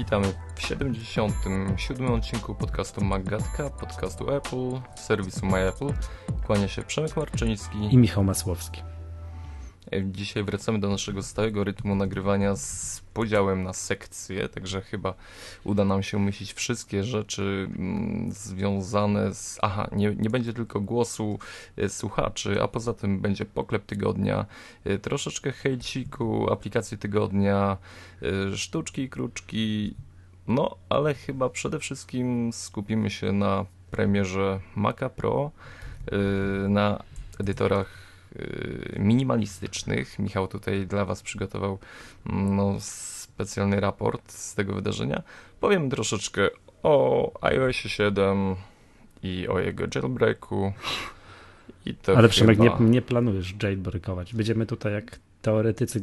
Witamy w 77. odcinku podcastu Magatka, podcastu Apple, serwisu MyApple. Kłania się Przemek Marczyński i Michał Masłowski. Dzisiaj wracamy do naszego stałego rytmu nagrywania z podziałem na sekcje, także chyba uda nam się umieścić wszystkie rzeczy związane z... nie będzie tylko głosu słuchaczy, a poza tym będzie poklep tygodnia, troszeczkę hejciku, aplikacji tygodnia, sztuczki i kruczki, no ale chyba przede wszystkim skupimy się na premierze Maca Pro, na edytorach minimalistycznych. Michał tutaj dla Was przygotował specjalny raport z tego wydarzenia. Powiem troszeczkę o iOSie 7 i o jego jailbreaku. Ale Przemek, nie planujesz jailbreakować. Będziemy tutaj jak teoretycy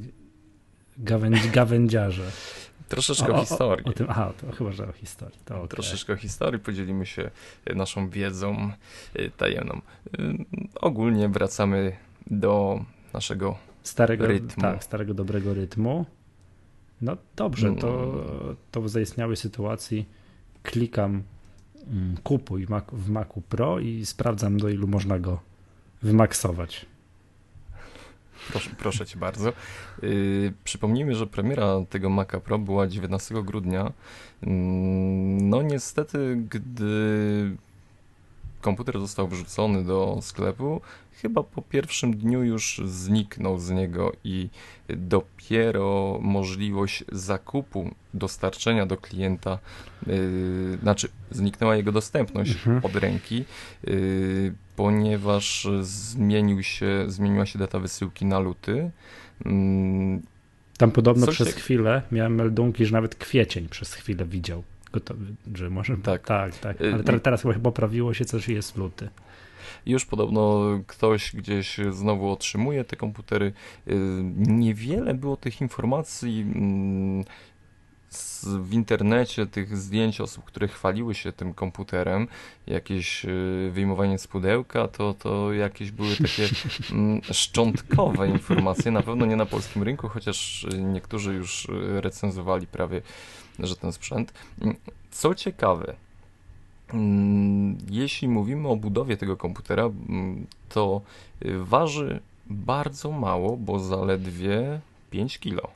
gawędziarze. Troszeczkę o historii. To chyba, że o historii. To okay. Troszeczkę o historii, podzielimy się naszą wiedzą tajemną. Ogólnie wracamy do naszego rytmu. Tak, starego, dobrego rytmu. No dobrze, to w zaistniałej sytuacji klikam kupuj w Macu Pro i sprawdzam, do ilu można go wymaksować. Proszę Cię bardzo. Przypomnijmy, że premiera tego Maca Pro była 19 grudnia. No niestety, gdy komputer został wrzucony do sklepu, chyba po pierwszym dniu już zniknął z niego i dopiero możliwość zakupu, dostarczenia do klienta, zniknęła jego dostępność od ręki, ponieważ zmieniła się data wysyłki na luty. Tam podobno przez chwilę miałem meldunki, że nawet kwiecień przez chwilę widział. Gotowy, że może... Tak. Ale teraz chyba poprawiło się, coś jest luty. Już podobno ktoś gdzieś znowu otrzymuje te komputery. Niewiele było tych informacji w internecie, tych zdjęć osób, które chwaliły się tym komputerem, jakieś wyjmowanie z pudełka, to jakieś były takie szczątkowe informacje, na pewno nie na polskim rynku, chociaż niektórzy już recenzowali prawie, że ten sprzęt. Co ciekawe, jeśli mówimy o budowie tego komputera, to waży bardzo mało, bo zaledwie 5 kg.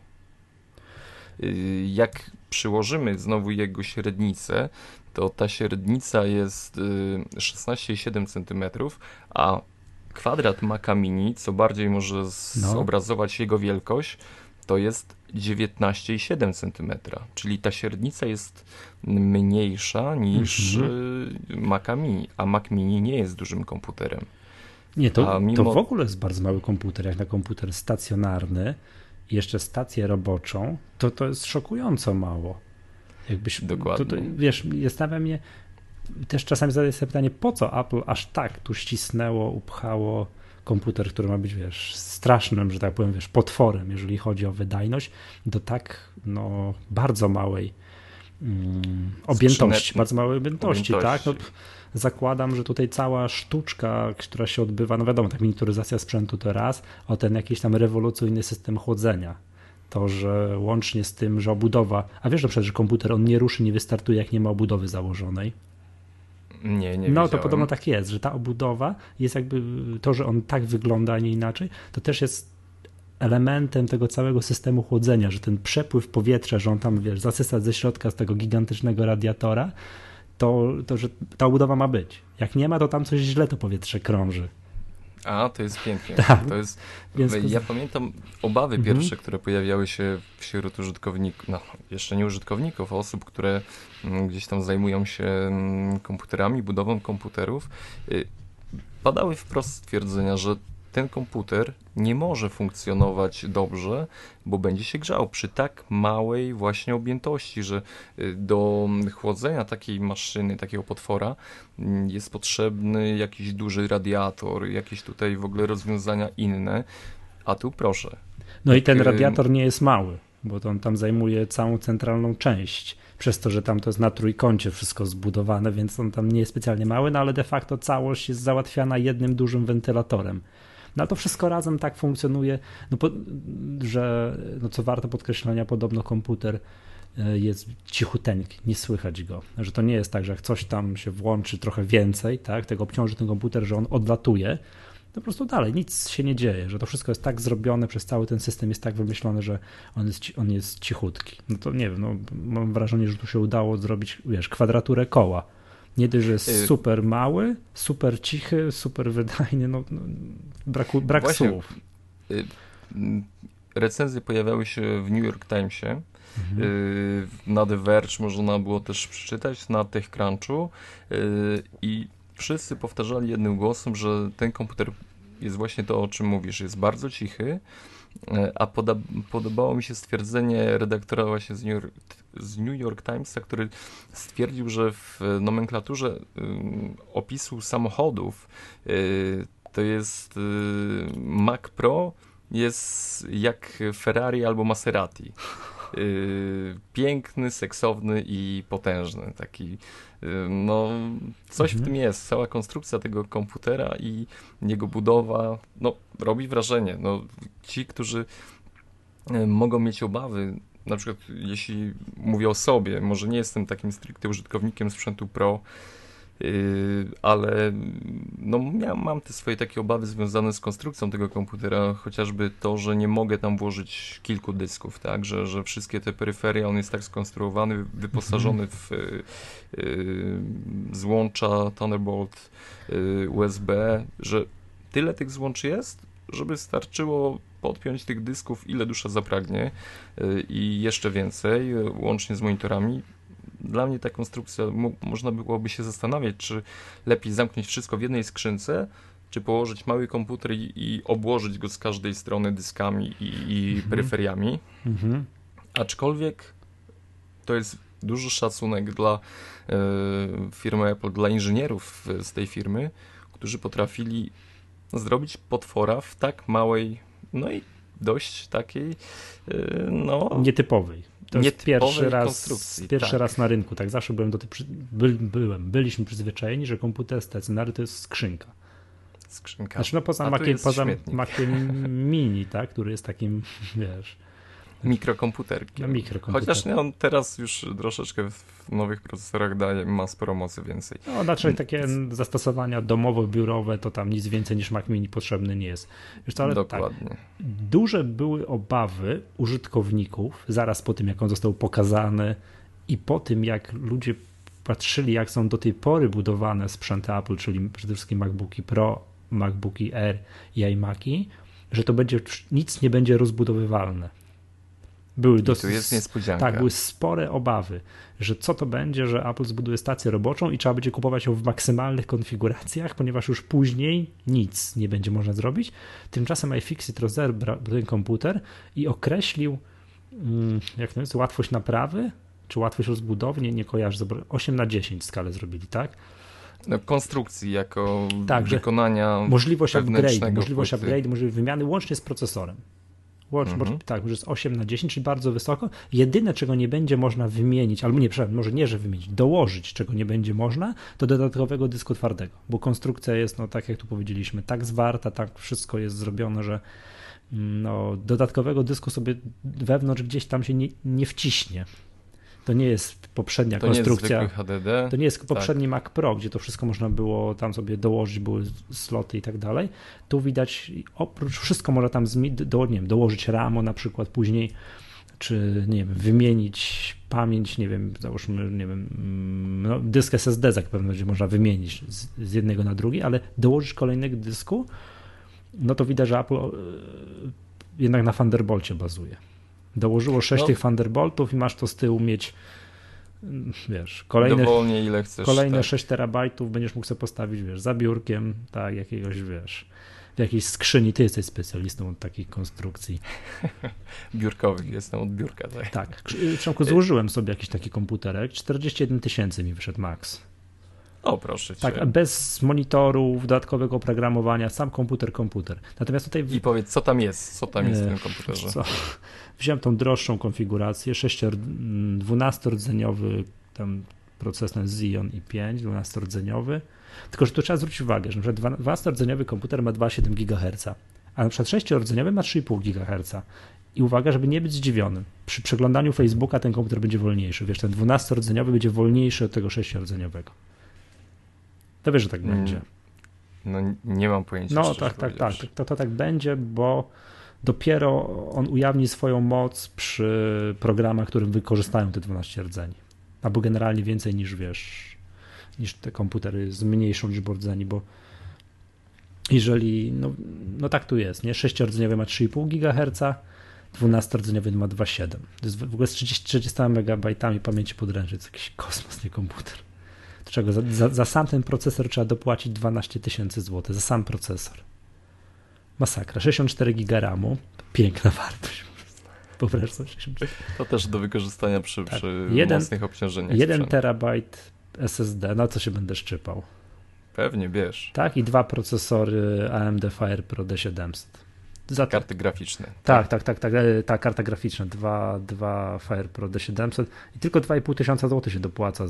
Jak przyłożymy znowu jego średnicę, to ta średnica jest 16,7 cm, a kwadrat Maca Mini, co bardziej może zobrazować jego wielkość, to jest 19,7 cm, czyli ta średnica jest mniejsza niż Maca Mini, a Mac Mini nie jest dużym komputerem. Nie, to w ogóle jest bardzo mały komputer, jak na komputer stacjonarny i jeszcze stację roboczą, to jest szokująco mało. Dokładnie. Wiesz, stawia mnie, też czasami zadaję sobie pytanie, po co Apple aż tak tu ścisnęło, upchało komputer, który ma być, strasznym, że tak powiem, potworem, jeżeli chodzi o wydajność, do tak, bardzo małej objętości, tak? Zakładam, że tutaj cała sztuczka, która się odbywa, wiadomo, tak miniaturyzacja sprzętu to raz, o ten jakiś tam rewolucyjny system chłodzenia. To, że łącznie z tym, że obudowa, a wiesz, że przecież komputer on nie ruszy, nie wystartuje, jak nie ma obudowy założonej. Nie to podobno tak jest, że ta obudowa jest jakby to, że on tak wygląda, a nie inaczej, to też jest elementem tego całego systemu chłodzenia, że ten przepływ powietrza, że on tam, zasysa ze środka z tego gigantycznego radiatora, to że ta obudowa ma być. Jak nie ma, to tam coś źle to powietrze krąży. To jest pięknie. Tak. Ja pamiętam obawy pierwsze, które pojawiały się wśród użytkowników, jeszcze nie użytkowników, a osób, które gdzieś tam zajmują się komputerami, budową komputerów. Padały wprost stwierdzenia, że ten komputer nie może funkcjonować dobrze, bo będzie się grzał przy tak małej właśnie objętości, że do chłodzenia takiej maszyny, takiego potwora jest potrzebny jakiś duży radiator, jakieś tutaj w ogóle rozwiązania inne, a tu proszę. I ten radiator nie jest mały, bo on tam zajmuje całą centralną część, przez to, że tam to jest na trójkącie wszystko zbudowane, więc on tam nie jest specjalnie mały, ale de facto całość jest załatwiana jednym dużym wentylatorem. No to wszystko razem tak funkcjonuje, że co warto podkreślenia, podobno komputer jest cichuteńki, nie słychać go, że to nie jest tak, że jak coś tam się włączy trochę więcej, tak, tego obciąży ten komputer, że on odlatuje, to po prostu dalej nic się nie dzieje, że to wszystko jest tak zrobione, przez cały ten system jest tak wymyślony, że on jest cichutki. No to nie wiem, no, mam wrażenie, że tu się udało zrobić, wiesz, kwadraturę koła. Nie dość, że jest super mały, super cichy, super wydajny, brak Właśnie, słów. Recenzje pojawiały się w New York Timesie, na The Verge można było też przeczytać, na TechCrunchu i wszyscy powtarzali jednym głosem, że ten komputer jest właśnie to, o czym mówisz, jest bardzo cichy, a podobało mi się stwierdzenie redaktora właśnie z New York Timesa, który stwierdził, że w nomenklaturze opisu samochodów to jest Mac Pro jest jak Ferrari albo Maserati. Piękny, seksowny i potężny. Taki, no, coś w tym jest. Cała konstrukcja tego komputera i jego budowa, no, robi wrażenie. No, ci, którzy mogą mieć obawy, na przykład jeśli mówię o sobie, może nie jestem takim stricte użytkownikiem sprzętu Pro, ale no, mam te swoje takie obawy związane z konstrukcją tego komputera, chociażby to, że nie mogę tam włożyć kilku dysków, tak, że wszystkie te peryferia, on jest tak skonstruowany, wyposażony w złącza Thunderbolt, USB, że tyle tych złącz jest, żeby starczyło podpiąć tych dysków, ile dusza zapragnie i jeszcze więcej, łącznie z monitorami. Dla mnie ta konstrukcja, można byłoby się zastanawiać, czy lepiej zamknąć wszystko w jednej skrzynce, czy położyć mały komputer i obłożyć go z każdej strony dyskami i peryferiami. Aczkolwiek to jest duży szacunek dla firmy Apple, dla inżynierów z tej firmy, którzy potrafili zrobić potwora w tak małej, no i dość takiej, no... Nietypowej. To jest pierwszy raz na rynku. Tak, zawsze byliśmy przyzwyczajeni, że komputer stacjonarny to jest skrzynka. Znaczy, no poza Maciem Mini, tak, który jest takim, wiesz... Mikrokomputerkiem. Chociaż nie, on teraz już troszeczkę w nowych procesorach ma sporo mocy więcej. No, znaczy takie zastosowania domowo-biurowe, to tam nic więcej niż Mac Mini potrzebny nie jest. Wiesz co, ale dokładnie. Tak, duże były obawy użytkowników zaraz po tym, jak on został pokazany i po tym, jak ludzie patrzyli, jak są do tej pory budowane sprzęty Apple, czyli przede wszystkim MacBooki Pro, MacBooki Air i iMaki, że to nic nie będzie rozbudowywalne. Tu jest niespodzianka. Tak, były spore obawy, że co to będzie, że Apple zbuduje stację roboczą i trzeba będzie kupować ją w maksymalnych konfiguracjach, ponieważ już później nic nie będzie można zrobić. Tymczasem iFixit rozebrał ten komputer i określił, jak to jest, łatwość naprawy, czy łatwość rozbudowy, nie kojarzę, 8/10 skalę zrobili, tak? No, konstrukcji jako wykonania możliwość upgrade, możliwość wymiany łącznie z procesorem. Tak, że jest 8/10, czyli bardzo wysoko. Jedyne, czego nie będzie można wymienić, albo nie, może nie, że wymienić, dołożyć, czego nie będzie można, to dodatkowego dysku twardego, bo konstrukcja jest, no tak jak tu powiedzieliśmy, tak zwarta, tak wszystko jest zrobione, że no, dodatkowego dysku sobie wewnątrz gdzieś tam się nie wciśnie. To nie jest poprzednia konstrukcja. Nie jest HDD. To nie jest poprzedni Mac Pro, gdzie to wszystko można było tam sobie dołożyć, były sloty i tak dalej. Tu widać, oprócz wszystko można tam dołożyć RAMu na przykład później, czy nie wiem, wymienić pamięć, nie wiem, załóżmy, nie wiem, no, dysk SSD jak pewno będzie można wymienić z jednego na drugi, ale dołożyć kolejnego dysku, no to widać, że Apple jednak na Thunderbolcie bazuje. Dołożyło 6 tych Thunderboltów i masz to z tyłu mieć, wiesz, dowolnie ile chcesz. Kolejne 6 terabajtów będziesz mógł sobie postawić, wiesz, za biurkiem, tak, jakiegoś, wiesz, w jakiejś skrzyni. Ty jesteś specjalistą od takich konstrukcji. Biurkowych, jestem od biurka, tak. Tak, Przemku, złożyłem sobie jakiś taki komputerek, 41 000 mi wyszedł max. O, proszę cię. Tak, bez monitorów, dodatkowego oprogramowania, sam komputer. Natomiast tutaj... I powiedz, co tam jest w tym komputerze? Wziąłem tą droższą konfigurację, 12-rdzeniowy tam procesor Xeon i5, 12-rdzeniowy, tylko że tu trzeba zwrócić uwagę, że 12-rdzeniowy komputer ma 2,7 GHz, a na przykład 6-rdzeniowy ma 3,5 GHz. I uwaga, żeby nie być zdziwionym. Przy przeglądaniu Facebooka ten komputer będzie wolniejszy. Wiesz, ten 12-rdzeniowy będzie wolniejszy od tego 6-rdzeniowego. To wiesz, że tak będzie. No nie mam pojęcia. No tak. To tak będzie, bo dopiero on ujawni swoją moc przy programach, którym wykorzystają te 12 rdzeni. Albo generalnie więcej niż niż te komputery z mniejszą liczbą rdzeni, bo jeżeli, no tak tu jest, nie? 6-rdzeniowy ma 3,5 GHz, 12-rdzeniowy ma 2,7. To jest w ogóle z 30 MB pamięci podręcznej, to jest jakiś kosmos, nie komputer. Do czego? Za sam ten procesor trzeba dopłacić 12 000 zł, za sam procesor. Masakra. 64 GB RAM-u, piękna wartość. Wyobraź sobie 64. To też do wykorzystania przy mocnych obciążeniach. 1 terabajt SSD, no co się będę szczypał. Pewnie, bierz. Tak, i 2 procesory AMD FirePro D700. Karty graficzne. Tak, karta graficzna, 2 FirePro D700 i tylko 2500 zł się dopłaca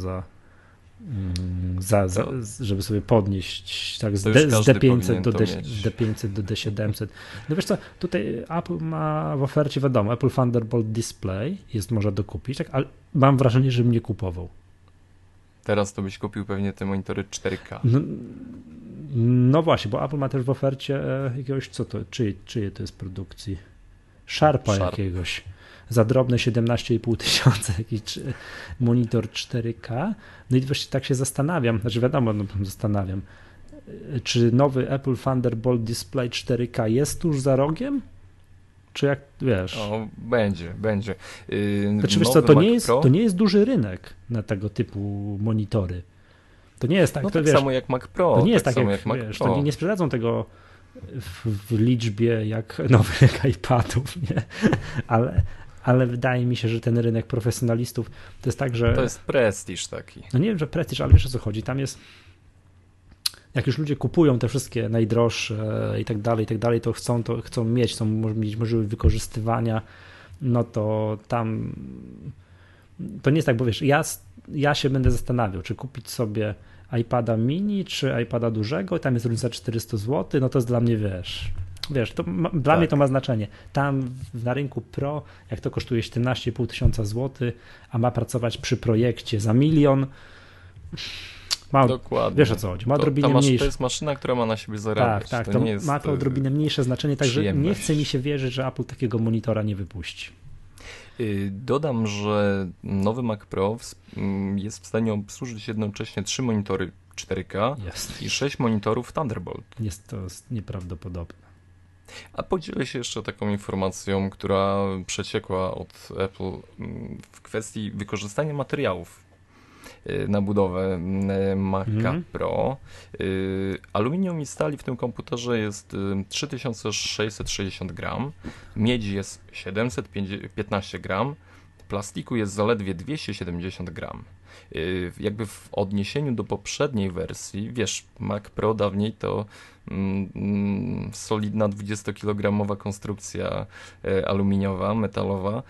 żeby sobie podnieść tak z D500 do D700. No wiesz co, tutaj Apple ma w ofercie, wiadomo, Apple Thunderbolt Display można dokupić, tak, ale mam wrażenie, że nie kupował. Teraz to byś kupił pewnie te monitory 4K. No właśnie, bo Apple ma też w ofercie jakiegoś, czyje to jest produkcji? Sharpa jakiegoś. Za drobne 17,5 tysiąca, jakiś monitor 4K. No i właśnie tak się zastanawiam, zastanawiam, czy nowy Apple Thunderbolt Display 4K jest tuż za rogiem? Czy jak, wiesz? O, będzie. Znaczy, wiesz co, to nie jest duży rynek na tego typu monitory. To nie jest tak, tak samo jak Mac Pro. To nie jest tak jak Mac Pro. To nie sprzedadzą tego w liczbie jak nowych iPadów, nie? Ale wydaje mi się, że ten rynek profesjonalistów to jest tak, że... To jest prestiż taki. No nie wiem, że prestiż, ale wiesz, o co chodzi. Tam jest... Jak już ludzie kupują te wszystkie najdroższe i tak dalej, to chcą mieć możliwość wykorzystywania, no to tam... To nie jest tak, bo wiesz, ja się będę zastanawiał, czy kupić sobie iPada mini, czy iPada dużego, tam jest różnica 400 zł, no to jest dla mnie, wiesz, to dla mnie to ma znaczenie. Tam na rynku Pro, jak to kosztuje 17,5 tysiąca złotych, a ma pracować przy projekcie za 1 000 000, dokładnie. Wiesz, o co chodzi. Ma odrobinę mniejsze. To jest maszyna, która ma na siebie zarabiać. Tak, to nie jest, ma to odrobinę mniejsze znaczenie, także nie chce mi się wierzyć, że Apple takiego monitora nie wypuści. Dodam, że nowy Mac Pro jest w stanie obsłużyć jednocześnie 3 monitory 4K i 6 monitorów Thunderbolt. To jest nieprawdopodobne. A podzielę się jeszcze taką informacją, która przeciekła od Apple w kwestii wykorzystania materiałów na budowę Maca Pro. Aluminium i stali w tym komputerze jest 3660 gram, miedzi jest 715 gram, plastiku jest zaledwie 270 gram. Jakby w odniesieniu do poprzedniej wersji, wiesz, Mac Pro dawniej to solidna 20-kilogramowa konstrukcja aluminiowa, metalowa.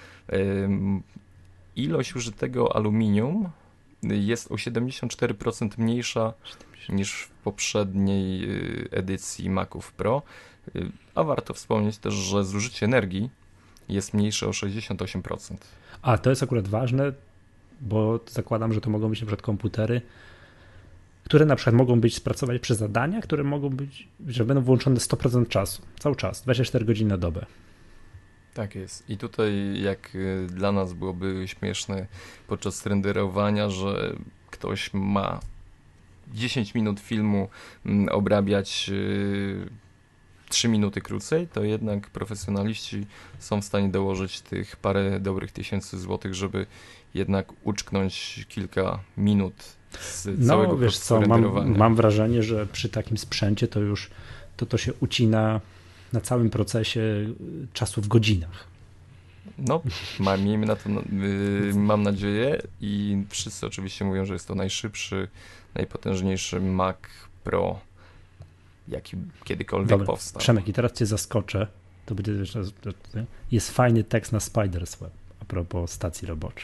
Ilość użytego aluminium jest o 74% mniejsza niż w poprzedniej edycji Maców Pro, a warto wspomnieć też, że zużycie energii jest mniejsze o 68%. A to jest akurat ważne, bo zakładam, że to mogą być na przykład komputery, które na przykład mogą pracować przy zadaniach, które mogą być, że będą włączone 100% czasu, cały czas, 24 godziny na dobę. Tak jest. I tutaj jak dla nas byłoby śmieszne podczas renderowania, że ktoś ma 10 minut filmu obrabiać 3 minuty krócej, to jednak profesjonaliści są w stanie dołożyć tych parę dobrych tysięcy złotych, żeby jednak uczknąć kilka minut z całego procesu renderowania. Mam wrażenie, że przy takim sprzęcie to już to się ucina na całym procesie czasu w godzinach. No, miejmy na to, mam nadzieję i wszyscy oczywiście mówią, że jest to najszybszy, najpotężniejszy Mac Pro, jaki kiedykolwiek powstał. Przemek, i teraz cię zaskoczę, to będzie, jest fajny tekst na Spider's Web a propos stacji roboczych.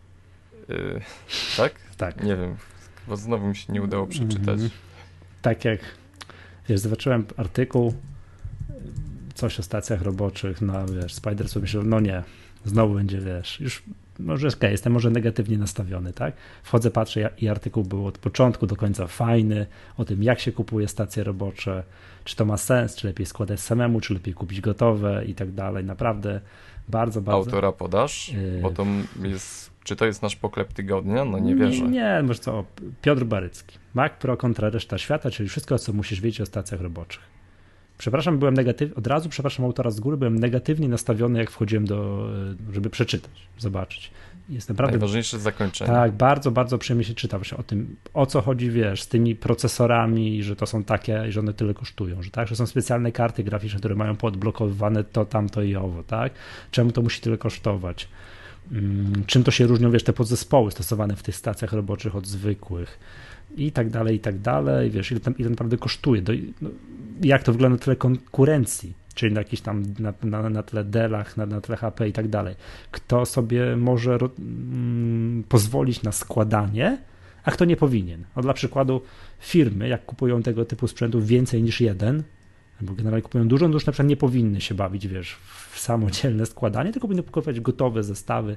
Tak? Tak. Nie wiem, bo znowu mi się nie udało przeczytać. Tak jak, zobaczyłem artykuł, coś o stacjach roboczych, no wiesz, Spider-Sweep, myślę, no nie, znowu będzie, wiesz, już może jestem może negatywnie nastawiony, tak? Wchodzę, patrzę i artykuł był od początku do końca fajny, o tym jak się kupuje stacje robocze, czy to ma sens, czy lepiej składać samemu, czy lepiej kupić gotowe i tak dalej, naprawdę bardzo. Autora podasz? Bo to jest, czy to jest nasz poklep tygodnia? No nie wierzę. Nie, może co, Piotr Barycki, Mac Pro kontra reszta świata, czyli wszystko, co musisz wiedzieć o stacjach roboczych. Przepraszam, od razu przepraszam autora z góry, byłem negatywnie nastawiony, jak wchodziłem żeby przeczytać, zobaczyć. Jest naprawdę... Najważniejsze zakończenie. Tak, bardzo, bardzo przyjemnie się czyta właśnie o tym, o co chodzi, wiesz, z tymi procesorami, że to są takie, że one tyle kosztują, że tak, że są specjalne karty graficzne, które mają podblokowane to, tamto i owo, tak? Czemu to musi tyle kosztować? Czym to się różnią, wiesz, te podzespoły stosowane w tych stacjach roboczych od zwykłych i tak dalej, wiesz, ile naprawdę kosztuje, jak to wygląda na tle konkurencji, czyli na jakiś tam na tle Dellach, na tle HP i tak dalej. Kto sobie może pozwolić na składanie, a kto nie powinien. Dla przykładu firmy, jak kupują tego typu sprzętów więcej niż jeden, albo generalnie kupują dużo, to już na przykład nie powinny się bawić, wiesz, w samodzielne składanie, tylko powinny kupować gotowe zestawy,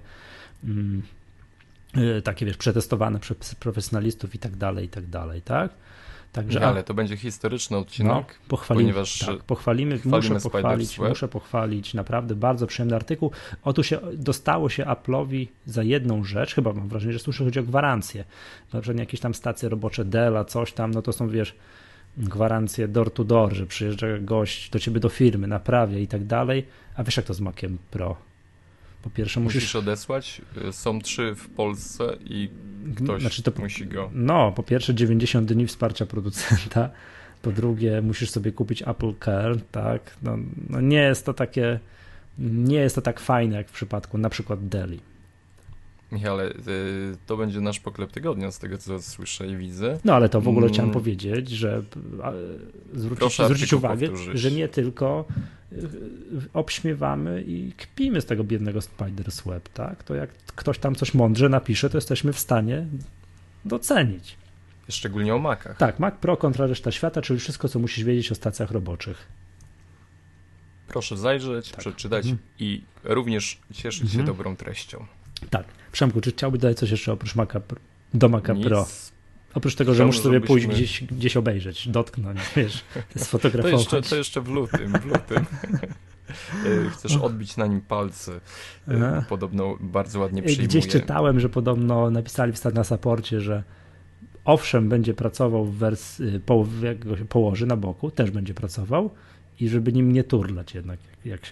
takie, wiesz, przetestowane przez profesjonalistów i tak dalej, tak? Także, ale to będzie historyczny odcinek, ponieważ muszę pochwalić, naprawdę bardzo przyjemny artykuł. Otóż dostało się Apple'owi za jedną rzecz, chyba mam wrażenie, że słyszę, chodzi o gwarancję. Na przykład jakieś tam stacje robocze Della, coś tam, no to są, wiesz, gwarancje door to door, że przyjeżdża gość do ciebie do firmy, naprawia i tak dalej, a wiesz jak to z Maciem Pro? Po pierwsze musisz odesłać, są 3 w Polsce i ktoś musi go... No, po pierwsze 90 dni wsparcia producenta, po drugie musisz sobie kupić Apple Care, tak, no nie jest to tak fajne jak w przypadku na przykład Deli. Michale, to będzie nasz poklep tygodnia, z tego co słyszę i widzę. No ale to w ogóle chciałem powiedzieć, że zwrócić uwagę, że nie tylko obśmiewamy i kpimy z tego biednego Spider-Sweep, tak? To jak ktoś tam coś mądrze napisze, to jesteśmy w stanie docenić. Szczególnie o Macach. Tak, Mac Pro kontra reszta świata, czyli wszystko, co musisz wiedzieć o stacjach roboczych. Proszę zajrzeć, przeczytać i również cieszyć się dobrą treścią. Tak. Przemku, czy chciałbyś dodać coś jeszcze oprócz Maca Pro? Oprócz tego, że musisz sobie pójść gdzieś obejrzeć, dotknąć, wiesz, sfotografować. To jeszcze w lutym. Chcesz odbić na nim palce. Podobno bardzo ładnie przyjmuje. Gdzieś czytałem, że podobno napisali na saporcie, że owszem, będzie pracował w wersji, jak go się położy na boku, też będzie pracował i żeby nim nie turlać jednak, jak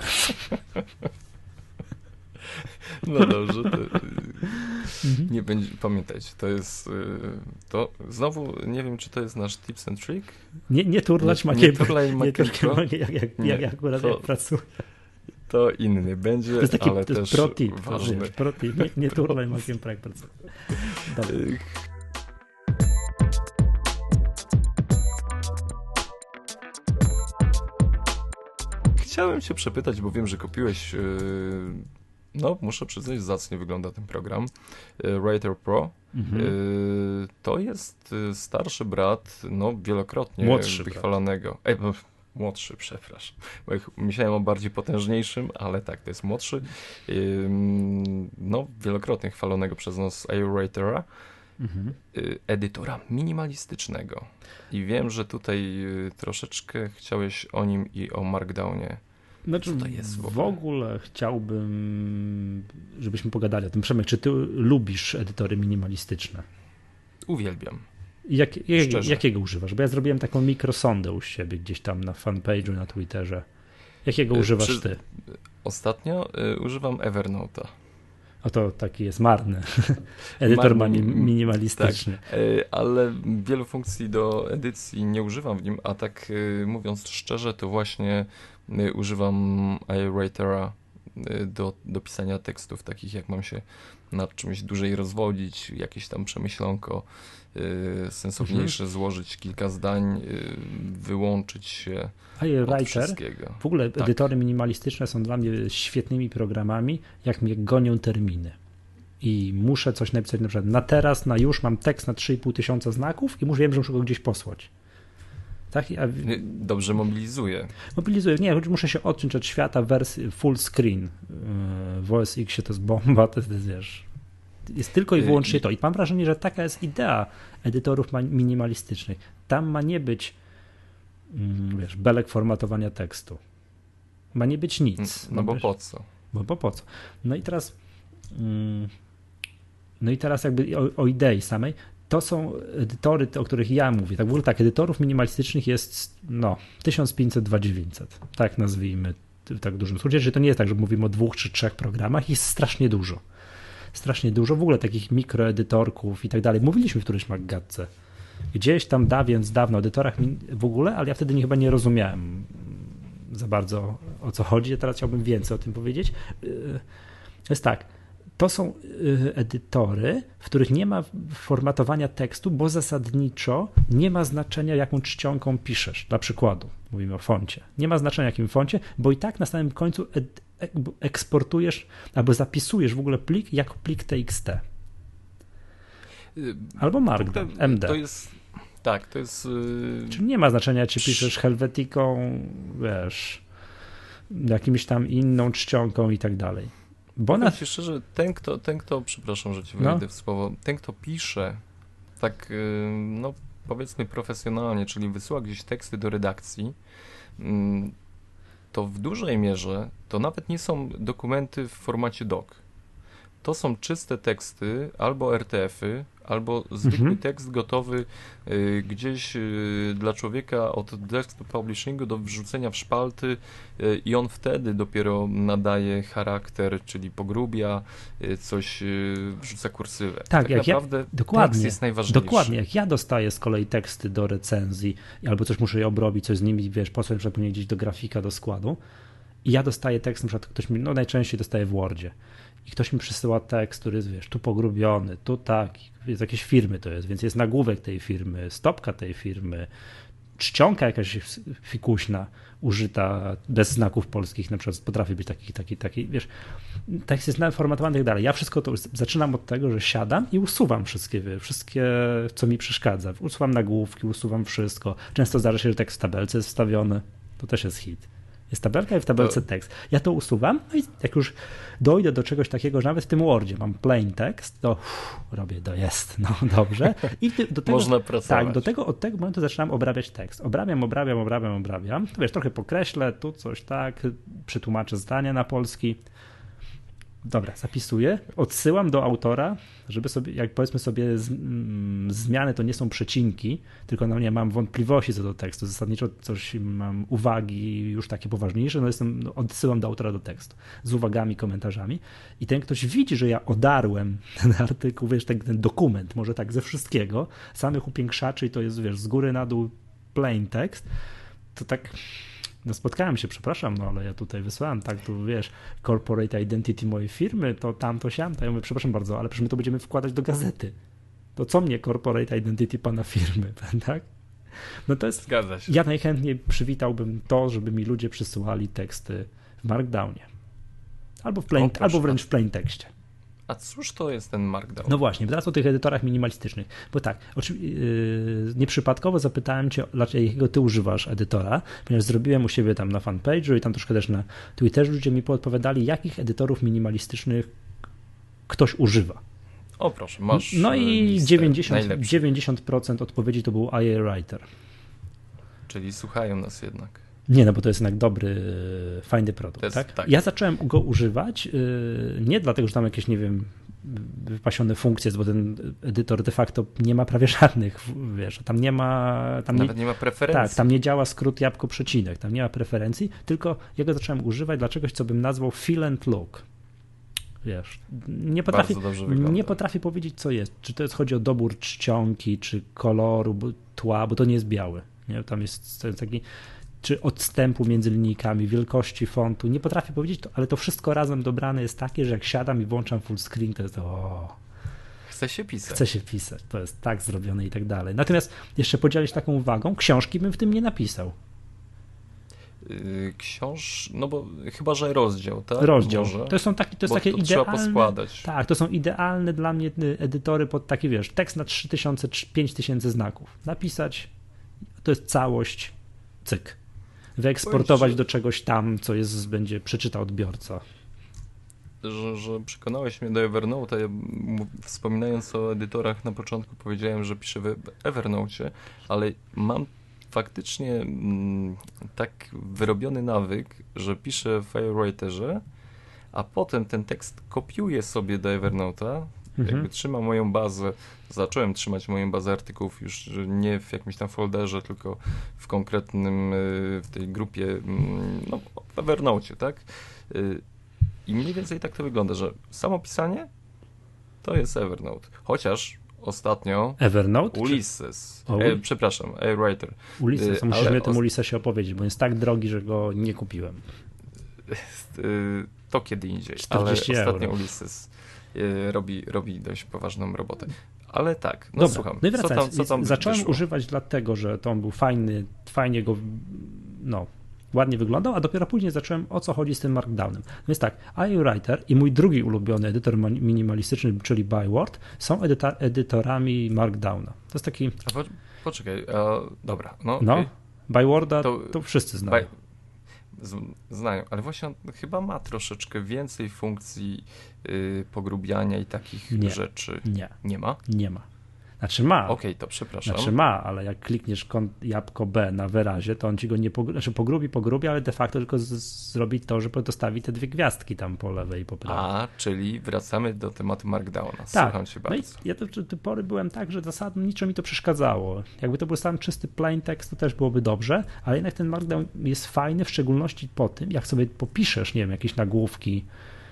No dobrze, nie będzie, pamiętajcie, to jest, to znowu nie wiem, czy to jest nasz tips and trick? Nie turlać Maciem Pro. Jak akurat jak pracuje. To inny będzie, to jest taki, ale to też pro tip, ważny. Pro tip, nie turlaj Maciem Pro jak pracuje. Dobra. Chciałem się przepytać, bo wiem, że kupiłeś, no muszę przyznać, zacnie wygląda ten program, Writer Pro. To jest starszy brat, no wielokrotnie wychwalanego. Młodszy, przepraszam. Bo myślałem o bardziej potężniejszym, ale tak, to jest młodszy. No wielokrotnie chwalonego przez nas iWritera. Edytora minimalistycznego. I wiem, że tutaj troszeczkę chciałeś o nim i o Markdownie. Znaczy, to jest w ogóle chciałbym, żebyśmy pogadali o tym. Przemek, czy ty lubisz edytory minimalistyczne? Uwielbiam. Jakiego używasz? Bo ja zrobiłem taką mikrosondę u siebie gdzieś tam na fanpage'u na Twitterze. Jakiego używasz ty? Ostatnio używam Evernote'a. To taki jest marny. Edytor minimalistyczny. Tak, ale wielu funkcji do edycji nie używam w nim, a tak mówiąc szczerze, to właśnie używam iWritera do pisania tekstów, takich jak mam się nad czymś dłużej rozwodzić, jakieś tam przemyślonko sensowniejsze, złożyć kilka zdań, wyłączyć się od wszystkiego. W ogóle edytory minimalistyczne są dla mnie świetnymi programami, jak mnie gonią terminy. I muszę coś napisać na przykład na teraz, na już, mam tekst na 3,5 tysiąca znaków i wiem, że muszę go gdzieś posłać. Tak? Dobrze mobilizuje. Mobilizuję. Nie, choć muszę się odciąć od świata wersji full screen. W OS X to jest bomba, to jest, wiesz, jest tylko i wyłącznie to. I mam wrażenie, że taka jest idea edytorów minimalistycznych. Tam ma nie być, wiesz, belek formatowania tekstu. Ma nie być nic. No bo po co? Bo po co? No i teraz jakby o idei samej. To są edytory, o których ja mówię. Tak w ogóle tak, edytorów minimalistycznych jest 1500-2900, tak nazwijmy w tak dużym skrócie, że to nie jest tak, że mówimy o 2 czy 3 programach, jest strasznie dużo. Strasznie dużo, w ogóle takich mikroedytorków i tak dalej. Mówiliśmy w którymś Maggatce. Gdzieś tam dawno o edytorach w ogóle, ale ja wtedy chyba nie rozumiałem za bardzo o co chodzi. Teraz chciałbym więcej o tym powiedzieć. Jest tak, to są edytory, w których nie ma formatowania tekstu, bo zasadniczo nie ma znaczenia, jaką czcionką piszesz. Dla przykładu, mówimy o foncie. Nie ma znaczenia, jakim foncie, bo i tak na samym końcu eksportujesz albo zapisujesz w ogóle plik jako plik TXT. Albo Markdown, MD. To jest... Tak, to jest... Czyli nie ma znaczenia, czy piszesz helwetiką, wiesz, jakimś tam inną czcionką i tak dalej. Powiem ci szczerze, ten kto, przepraszam, że ci wejdę w słowo, ten kto pisze tak, powiedzmy profesjonalnie, czyli wysyła gdzieś teksty do redakcji, to w dużej mierze to nawet nie są dokumenty w formacie doc. To są czyste teksty, albo RTF-y, albo zwykły tekst gotowy gdzieś dla człowieka od desktop publishingu do wrzucenia w szpalty i on wtedy dopiero nadaje charakter, czyli pogrubia, coś wrzuca kursywę. Tak naprawdę tekst jest najważniejszy. Dokładnie, jak ja dostaję z kolei teksty do recenzji albo coś muszę je obrobić, coś z nimi, wiesz, posłać, żeby później gdzieś do grafika, do składu i ja dostaję tekst, na przykład ktoś mi, najczęściej dostaje w Wordzie. I ktoś mi przysyła tekst, który jest, wiesz, tu pogrubiony, tu tak, z jakiejś firmy to jest, więc jest nagłówek tej firmy, stopka tej firmy, czcionka jakaś fikuśna, użyta bez znaków polskich, na przykład potrafi być taki, wiesz, tekst jest formatowany i tak dalej. Ja wszystko to zaczynam od tego, że siadam i usuwam wszystkie, co mi przeszkadza. Usuwam nagłówki, usuwam wszystko. Często zdarza się, że tekst w tabelce jest wstawiony, to też jest hit. Jest tabelka i w tabelce tekst. Ja to usuwam, no i jak już dojdę do czegoś takiego, że nawet w tym Wordzie mam plain text, to robię, jest, dobrze. I do tego, można pracować. Tak, od tego momentu zaczynam obrabiać tekst. Obrabiam. To wiesz, trochę pokreślę, tu coś tak, przetłumaczę zdania na polski. Dobra, zapisuję, odsyłam do autora, żeby sobie, jak powiedzmy sobie zmiany to nie są przecinki, tylko na mnie mam wątpliwości co do tekstu, zasadniczo coś mam uwagi już takie poważniejsze, odsyłam do autora do tekstu z uwagami, komentarzami i ten ktoś widzi, że ja odarłem ten artykuł, wiesz, ten dokument, może tak ze wszystkiego, samych upiększaczy i to jest, wiesz, z góry na dół plain tekst, to tak... spotkałem się, przepraszam, ale ja tutaj wysłałem, tak, tu wiesz, corporate identity mojej firmy, to tamto, siamto. Ja mówię, przepraszam bardzo, ale przecież my to będziemy wkładać do gazety. To co mnie corporate identity pana firmy, tak? No to jest... Zgadza się. Ja najchętniej przywitałbym to, żeby mi ludzie przysyłali teksty w Markdownie. Albo wręcz w plain tekście. A cóż to jest ten Markdown? No właśnie, teraz o tych edytorach minimalistycznych. Bo tak, nieprzypadkowo zapytałem cię, jakiego ty używasz edytora, ponieważ zrobiłem u siebie tam na fanpage'u i tam troszkę też na Twitterze ludzie mi podpowiadali, jakich edytorów minimalistycznych ktoś używa. O proszę, masz No i listę 90% odpowiedzi to był IA Writer. Czyli słuchają nas jednak. Nie, no bo to jest jednak dobry, fajny produkt, tak? Tak? Ja zacząłem go używać nie dlatego, że tam jakieś, nie wiem, wypasione funkcje, bo ten edytor de facto nie ma prawie żadnych, wiesz, tam nie ma... Nawet nie ma preferencji. Tak, tam nie działa skrót jabłko przecinek, tam nie ma preferencji, tylko ja go zacząłem używać dla czegoś, co bym nazwał fill and look. Wiesz, nie potrafię powiedzieć, co jest. Czy to chodzi o dobór czcionki, czy koloru, tła, bo to nie jest biały. Nie? Tam jest taki... czy odstępu między linijkami, wielkości fontu, nie potrafię powiedzieć, ale to wszystko razem dobrane jest takie, że jak siadam i włączam full screen, to jest Chce się pisać, to jest tak zrobione i tak dalej. Natomiast jeszcze podzielić taką uwagą, książki bym w tym nie napisał. No bo chyba, że rozdział, tak? Rozdział. Może. To są takie idealne. Trzeba poskładać. Tak, to są idealne dla mnie edytory pod taki, wiesz, tekst na 3000 czy 5000 znaków. Napisać to jest całość, cyk. Wyeksportować do czegoś tam, co będzie przeczyta odbiorca. Że przekonałeś mnie do Evernote'a. Ja wspominając o edytorach na początku powiedziałem, że piszę w Evernote'cie, ale mam faktycznie tak wyrobiony nawyk, że piszę w FireWriterze, a potem ten tekst kopiuję sobie do Evernote'a, jakby trzymam moją bazę, zacząłem trzymać moją bazę artykułów już nie w jakimś tam folderze, tylko w konkretnym, w tej grupie, no w Evernote'cie, tak? I mniej więcej tak to wygląda, że samo pisanie to jest Evernote. Chociaż ostatnio Evernote? Ulysses, Czy... przepraszam, A-Writer. Ulysses, musisz mi o tym Ulyssesie opowiedzieć, bo jest tak drogi, że go nie kupiłem. To kiedy indziej, 40 ale ostatnio euro. Ulysses robi dość poważną robotę. Ale tak, no dobra, słucham. No i wracając, co tam zacząłem wyszło? używać dlatego, że to on był fajny, fajnie go, no, ładnie wyglądał, a dopiero później zacząłem, o co chodzi z tym Markdownem. Więc tak, iWriter i mój drugi ulubiony edytor minimalistyczny, czyli Byword, są edytorami Markdowna. To jest taki... Poczekaj, dobra. No, okay. Byworda to wszyscy znają. Znają, ale właśnie on chyba ma troszeczkę więcej funkcji pogrubiania i takich rzeczy. Nie ma? Nie ma. Znaczy ma. Okej, to przepraszam. Znaczy ma, ale jak klikniesz jabłko B na wyrazie, to on ci go nie pogrubi, ale de facto tylko zrobi to, że dostawi te 2 gwiazdki tam po lewej i po prawej. Czyli wracamy do tematu Markdowna. Tak. Słucham cię bardzo. No i ja do tej pory byłem tak, że zasadniczo mi to przeszkadzało. Jakby to był sam czysty plain text, to też byłoby dobrze, ale jednak ten Markdown jest fajny, w szczególności po tym, jak sobie popiszesz, nie wiem, jakieś nagłówki,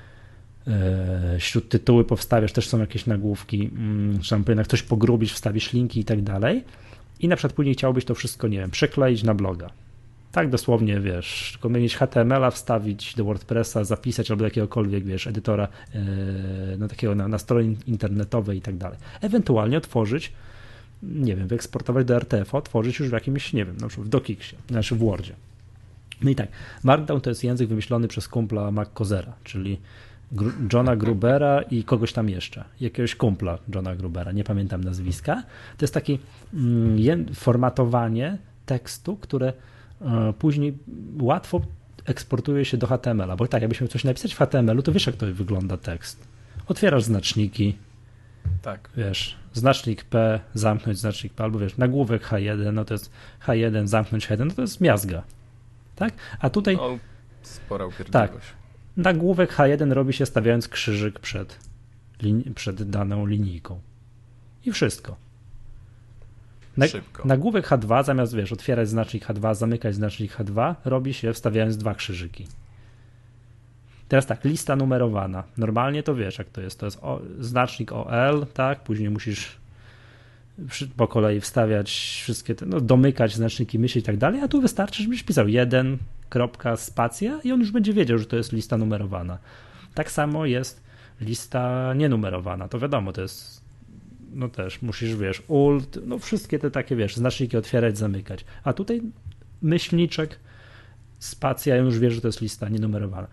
wśród tytuły powstawiasz, też są jakieś nagłówki, czy tam jednak coś pogrubisz, wstawisz linki i tak dalej i na przykład później chciałbyś to wszystko, nie wiem, przekleić na bloga. Tak dosłownie, wiesz, tylko mieć HTML-a, wstawić do WordPressa, zapisać albo do jakiegokolwiek, wiesz, edytora no takiego na stronie internetowej i tak dalej. Ewentualnie otworzyć, nie wiem, wyeksportować do RTF-a, otworzyć już w jakimś, nie wiem, na przykład w DocXie, znaczy w Wordzie. No i tak, Markdown to jest język wymyślony przez kumpla McCosera, czyli Johna Grubera i kogoś tam jeszcze, jakiegoś kumpla Johna Grubera, nie pamiętam nazwiska. To jest takie formatowanie tekstu, które później łatwo eksportuje się do HTML-a, bo tak, jakbyśmy coś napisać w HTML-u, to wiesz, jak to wygląda tekst. Otwierasz znaczniki, tak. Wiesz, znacznik P, zamknąć znacznik P, albo wiesz, nagłówek H1, no to jest H1, zamknąć H1, no to jest miazga, tak? A tutaj... No, spora upierdliwość. Tak. Nagłówek H1 robi się stawiając krzyżyk przed daną linijką. I wszystko. Szybko. Nagłówek H2 zamiast, wiesz, otwierać znacznik H2, zamykać znacznik H2, robi się wstawiając 2 krzyżyki. Teraz tak, lista numerowana. Normalnie to wiesz, jak to jest. To jest znacznik OL, tak? Później musisz po kolei wstawiać wszystkie te, no, domykać znaczniki myśli i tak dalej, a tu wystarczy, żebyś pisał 1, kropka, spacja i on już będzie wiedział, że to jest lista numerowana. Tak samo jest lista nienumerowana. To wiadomo, to jest, no też musisz, wiesz, ult, no wszystkie te takie, wiesz, znaczniki otwierać, zamykać. A tutaj myślniczek, spacja, on już wie, że to jest lista nienumerowana.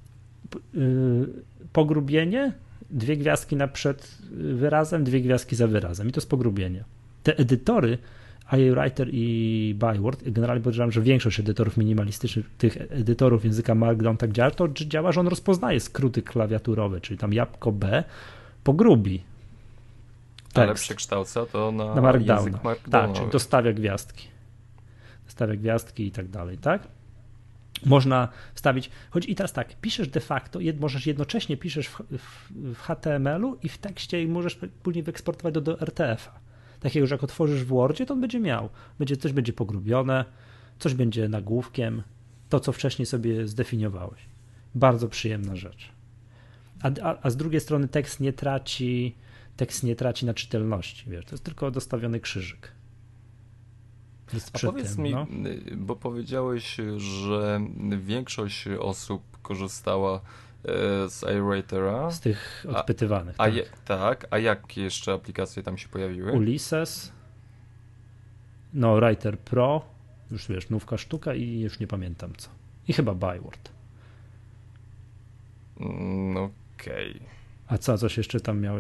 Pogrubienie, 2 gwiazdki przed wyrazem, 2 gwiazdki za wyrazem i to jest pogrubienie. Te edytory iWriter i Byword, generalnie podejrzewam, że większość edytorów minimalistycznych, tych edytorów języka Markdown tak działa, to działa, że on rozpoznaje skróty klawiaturowe, czyli tam jabłko B pogrubi tekst. Ale przekształca to na Markdown. Język Markdownowy. Tak, czyli dostawia gwiazdki i tak dalej, tak? Można wstawić, choć i teraz tak, piszesz de facto, możesz jednocześnie piszesz w HTML-u i w tekście i możesz później wyeksportować do RTF-a. Takiego, że jak otworzysz w Wordzie, to on będzie miał. Coś będzie pogrubione, coś będzie nagłówkiem, to co wcześniej sobie zdefiniowałeś. Bardzo przyjemna rzecz. A z drugiej strony tekst nie traci na czytelności, wiesz, to jest tylko dostawiony krzyżyk. Powiedz mi, bo powiedziałeś, że większość osób korzystała z iWritera. Z tych odpytywanych. A jakie jeszcze aplikacje tam się pojawiły? Ulysses, no Writer Pro, już wiesz, nówka sztuka i już nie pamiętam co. I chyba Byword. Okej. A coś jeszcze tam miałeś?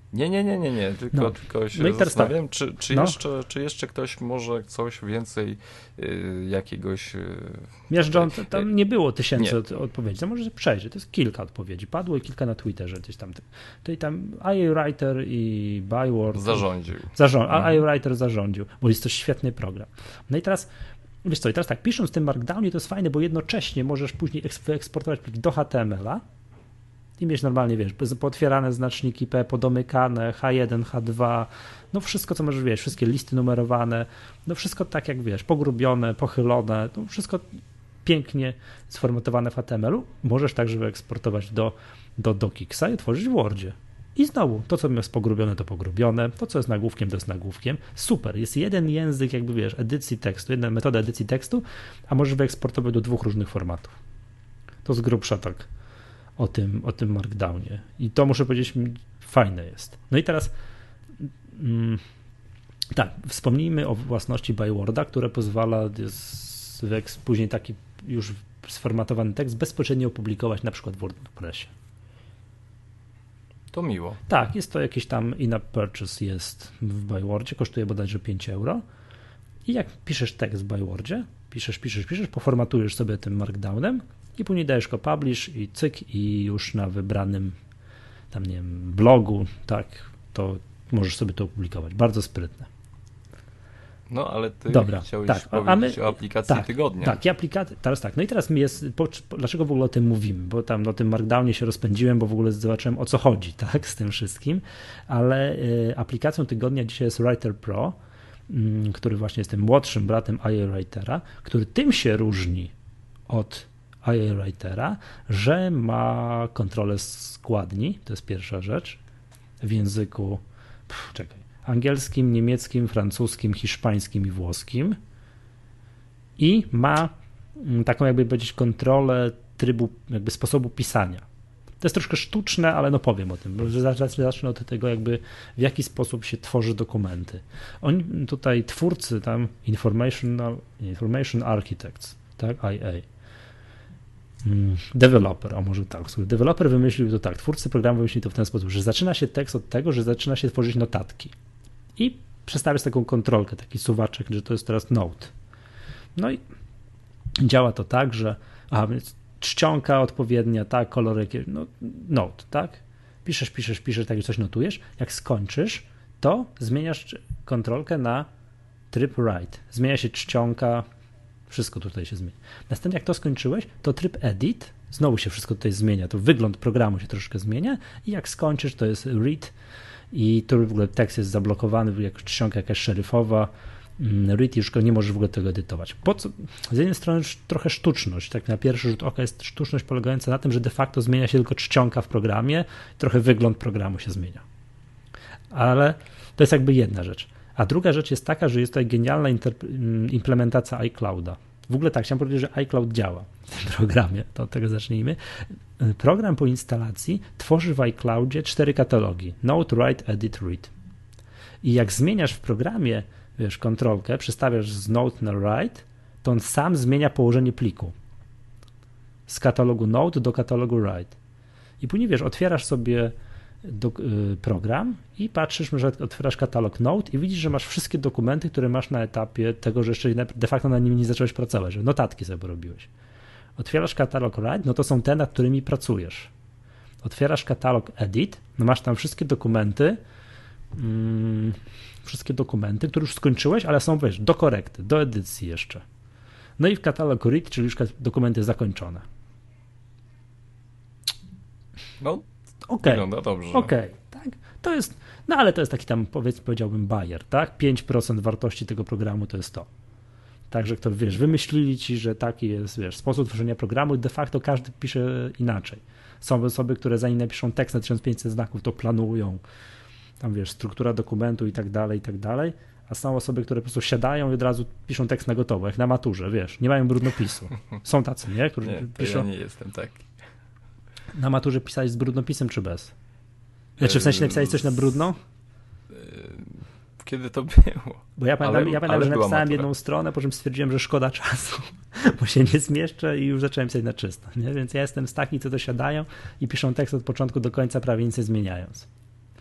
Nie, tylko się zastanawiam, czy jeszcze ktoś może coś więcej jakiegoś... Miażdżą, tam nie było tysięcy odpowiedzi, to może przejrzeć, to jest kilka odpowiedzi, padło i kilka na Twitterze gdzieś tam. To i tam IA Writer i Byword... Zarządził. IA Writer zarządził, bo jest to świetny program. No i teraz... Wiesz co, i teraz tak, pisząc w tym Markdownie to jest fajne, bo jednocześnie możesz później wyeksportować plik do HTML-a i mieć normalnie, wiesz, pootwierane znaczniki P, podomykane, H1, H2, no wszystko, co możesz, wiesz, wszystkie listy numerowane, no wszystko tak jak, wiesz, pogrubione, pochylone, no wszystko pięknie sformatowane w HTML-u. Możesz także wyeksportować do DocXa i otworzyć w Wordzie. I znowu, to co jest pogrubione, to pogrubione, to co jest nagłówkiem, to jest nagłówkiem. Super, jest jeden język, jakby wiesz, edycji tekstu, jedna metoda edycji tekstu, a możesz wyeksportować do 2 różnych formatów. To z grubsza tak o tym Markdownie. I to muszę powiedzieć, fajne jest. No i teraz tak, wspomnijmy o własności Byworda, które pozwala później taki już sformatowany tekst bezpośrednio opublikować na przykład w WordPressie. To miło. Tak, jest to jakiś tam in-app purchase jest w Bywordzie, kosztuje bodajże 5 euro. I jak piszesz tekst w Bywordzie, piszesz, poformatujesz sobie tym Markdownem i później dajesz go publish i cyk i już na wybranym tam, nie wiem, blogu, tak, to możesz sobie to opublikować. Bardzo sprytne. No, ale ty chciałeś tak, powiedzieć o aplikacji tygodnia. Tak, teraz tak. No i teraz mi jest, dlaczego w ogóle o tym mówimy? Bo tam na tym Markdownie się rozpędziłem, bo w ogóle zobaczyłem, o co chodzi, tak, z tym wszystkim, ale aplikacją tygodnia dzisiaj jest Writer Pro, który właśnie jest tym młodszym bratem IA Writera, który tym się różni od IA Writera, że ma kontrolę składni, to jest pierwsza rzecz, w języku, angielskim, niemieckim, francuskim, hiszpańskim i włoskim i ma taką, jakby powiedzieć, kontrolę trybu, jakby sposobu pisania. To jest troszkę sztuczne, ale no powiem o tym, że zacznę od tego, jakby w jaki sposób się tworzy dokumenty. Oni tutaj twórcy tam Information Architects, tak, IA. Developer, a może tak, developer wymyślił to tak, twórcy programu wymyślili to w ten sposób, że zaczyna się tekst od tego, że zaczyna się tworzyć notatki i przestawiasz taką kontrolkę, taki suwaczek, że to jest teraz note. No i działa to tak, że czcionka odpowiednia, tak, kolor, no, note, tak? Piszesz, tak, coś notujesz. Jak skończysz, to zmieniasz kontrolkę na tryb write. Zmienia się czcionka, wszystko tutaj się zmienia. Następnie jak to skończyłeś, to tryb edit, znowu się wszystko tutaj zmienia, to wygląd programu się troszkę zmienia i jak skończysz, to jest read i tu w ogóle tekst jest zablokowany, jak czcionka jakaś szeryfowa, read i już nie możesz w ogóle tego edytować. Po co? Z jednej strony trochę sztuczność, tak na pierwszy rzut oka jest sztuczność polegająca na tym, że de facto zmienia się tylko czcionka w programie, trochę wygląd programu się zmienia. Ale to jest jakby jedna rzecz. A druga rzecz jest taka, że jest tutaj genialna implementacja iClouda. W ogóle tak, chciałem powiedzieć, że iCloud działa w tym programie, to od tego zacznijmy. Program po instalacji tworzy w iCloudzie 4 katalogi. Note, Write, Edit, Read. I jak zmieniasz w programie, wiesz, kontrolkę, przestawiasz z Note na Write, to on sam zmienia położenie pliku. Z katalogu Note do katalogu Write. I później, wiesz, otwierasz sobie program i patrzysz, że otwierasz katalog Note i widzisz, że masz wszystkie dokumenty, które masz na etapie tego, że jeszcze de facto na nimi nie zacząłeś pracować, że notatki sobie robiłeś. Otwierasz katalog Write, no to są te, nad którymi pracujesz. Otwierasz katalog Edit, no masz tam wszystkie dokumenty, które już skończyłeś, ale są, wiesz, do korekty, do edycji jeszcze. No i w katalog Read, czyli już dokumenty zakończone. No, wygląda dobrze. Okej, tak. To jest, no ale to jest taki tam, powiedziałbym, bajer, tak? 5% wartości tego programu to jest to. Także, kto, wiesz, wymyślili ci, że taki jest, wiesz, sposób tworzenia programu i de facto każdy pisze inaczej. Są osoby, które zanim napiszą tekst na 1500 znaków, to planują, tam, wiesz, struktura dokumentu i tak dalej, a są osoby, które po prostu siadają i od razu piszą tekst na gotowo, jak na maturze, wiesz, nie mają brudnopisu. Są tacy, nie? Którzy nie, piszą... Ja nie jestem taki. Na maturze pisałeś z brudnopisem czy bez? Czy w sensie napisałeś coś na brudno? Kiedy to było? Bo ja pamiętam, że napisałem jedną stronę, po czym stwierdziłem, że szkoda czasu, bo się nie zmieszczę i już zacząłem pisać na czysto. Nie? Więc ja jestem z takich, co dosiadają i piszą tekst od początku do końca, prawie nic nie zmieniając.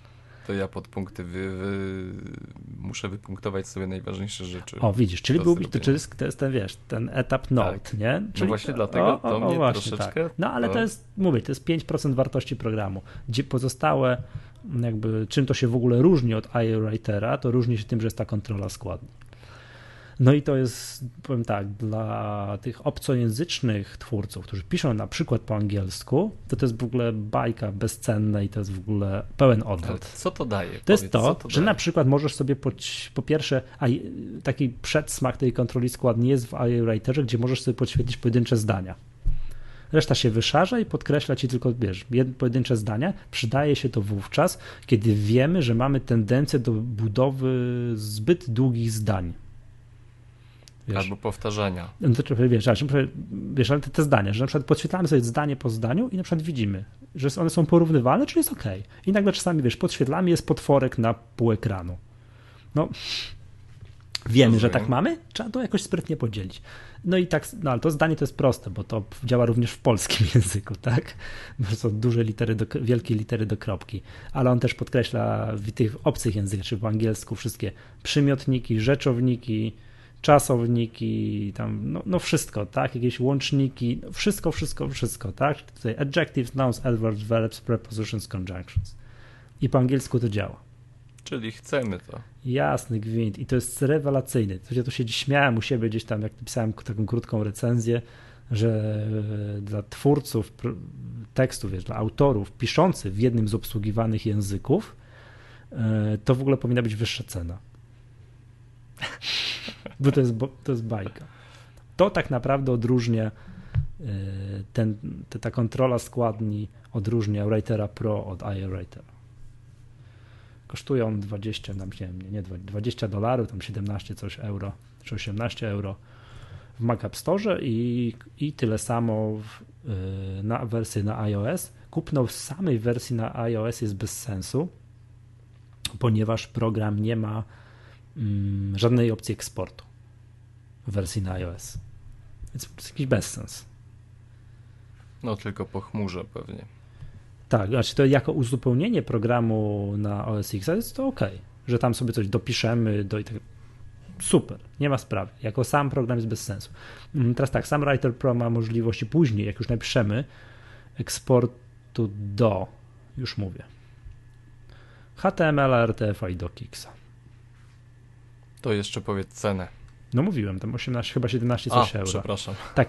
To ja podpunkty muszę wypunktować sobie najważniejsze rzeczy. O, widzisz, czyli byłby to jest ten, wiesz, ten etap note, tak. nie? Czyli, no właśnie dlatego to mnie właśnie, troszeczkę... Tak. No ale to jest, mówię, to jest 5% wartości programu, gdzie pozostałe jakby, czym to się w ogóle różni od iWritera, to różni się tym, że jest ta kontrola składni. No i to jest, powiem tak, dla tych obcojęzycznych twórców, którzy piszą na przykład po angielsku, to jest w ogóle bajka bezcenna i to jest w ogóle pełen odlot. Co to daje? To jest to, że na przykład możesz sobie po pierwsze, taki przedsmak tej kontroli składni jest w iWriterze, gdzie możesz sobie podświetlić pojedyncze zdania. Reszta się wyszarza i podkreśla ci tylko, wiesz, pojedyncze zdania. Przydaje się to wówczas, kiedy wiemy, że mamy tendencję do budowy zbyt długich zdań. Wiesz? Albo powtarzania. No to wiesz, ale te zdania, że na przykład podświetlamy sobie zdanie po zdaniu i na przykład widzimy, że one są porównywalne, czyli jest ok. I nagle czasami, wiesz, podświetlamy, jest potworek na pół ekranu. No, wiemy, że tak mamy, trzeba to jakoś sprytnie podzielić. No i tak, no ale to zdanie to jest proste, bo to działa również w polskim języku, tak? Bo są duże litery, wielkie litery do kropki, ale on też podkreśla w tych obcych językach, czy po angielsku wszystkie przymiotniki, rzeczowniki, czasowniki, tam, no wszystko, tak? Jakieś łączniki, wszystko, tak? Tutaj adjectives, nouns, adverbs, verbs, prepositions, conjunctions. I po angielsku to działa. Czyli chcemy to. Jasny gwint. I to jest rewelacyjne. Ja tu się śmiałem u siebie gdzieś tam, jak pisałem taką krótką recenzję, że dla twórców tekstów, wiesz, dla autorów piszących w jednym z obsługiwanych języków, to w ogóle powinna być wyższa cena. Bo to jest bajka. To tak naprawdę odróżnia ta kontrola składni odróżnia Writera Pro od iWritera. Kosztuje on 20, nie $20, tam 17 coś euro, czy 18 euro w Mac App Store i tyle samo na wersję na iOS. Kupno w samej wersji na iOS jest bez sensu, ponieważ program nie ma żadnej opcji eksportu w wersji na iOS. Więc to jest jakiś bezsens. No tylko po chmurze pewnie. Tak, znaczy to jako uzupełnienie programu na OS X jest to ok, że tam sobie coś dopiszemy, super, nie ma sprawy. Jako sam program jest bez sensu. Teraz tak, sam Writer Pro ma możliwości później, jak już napiszemy, eksportu do, już mówię, HTML, RTF i DocXa. To jeszcze powiedz cenę. No mówiłem, tam 18, chyba 17 coś euro. Przepraszam. Tak,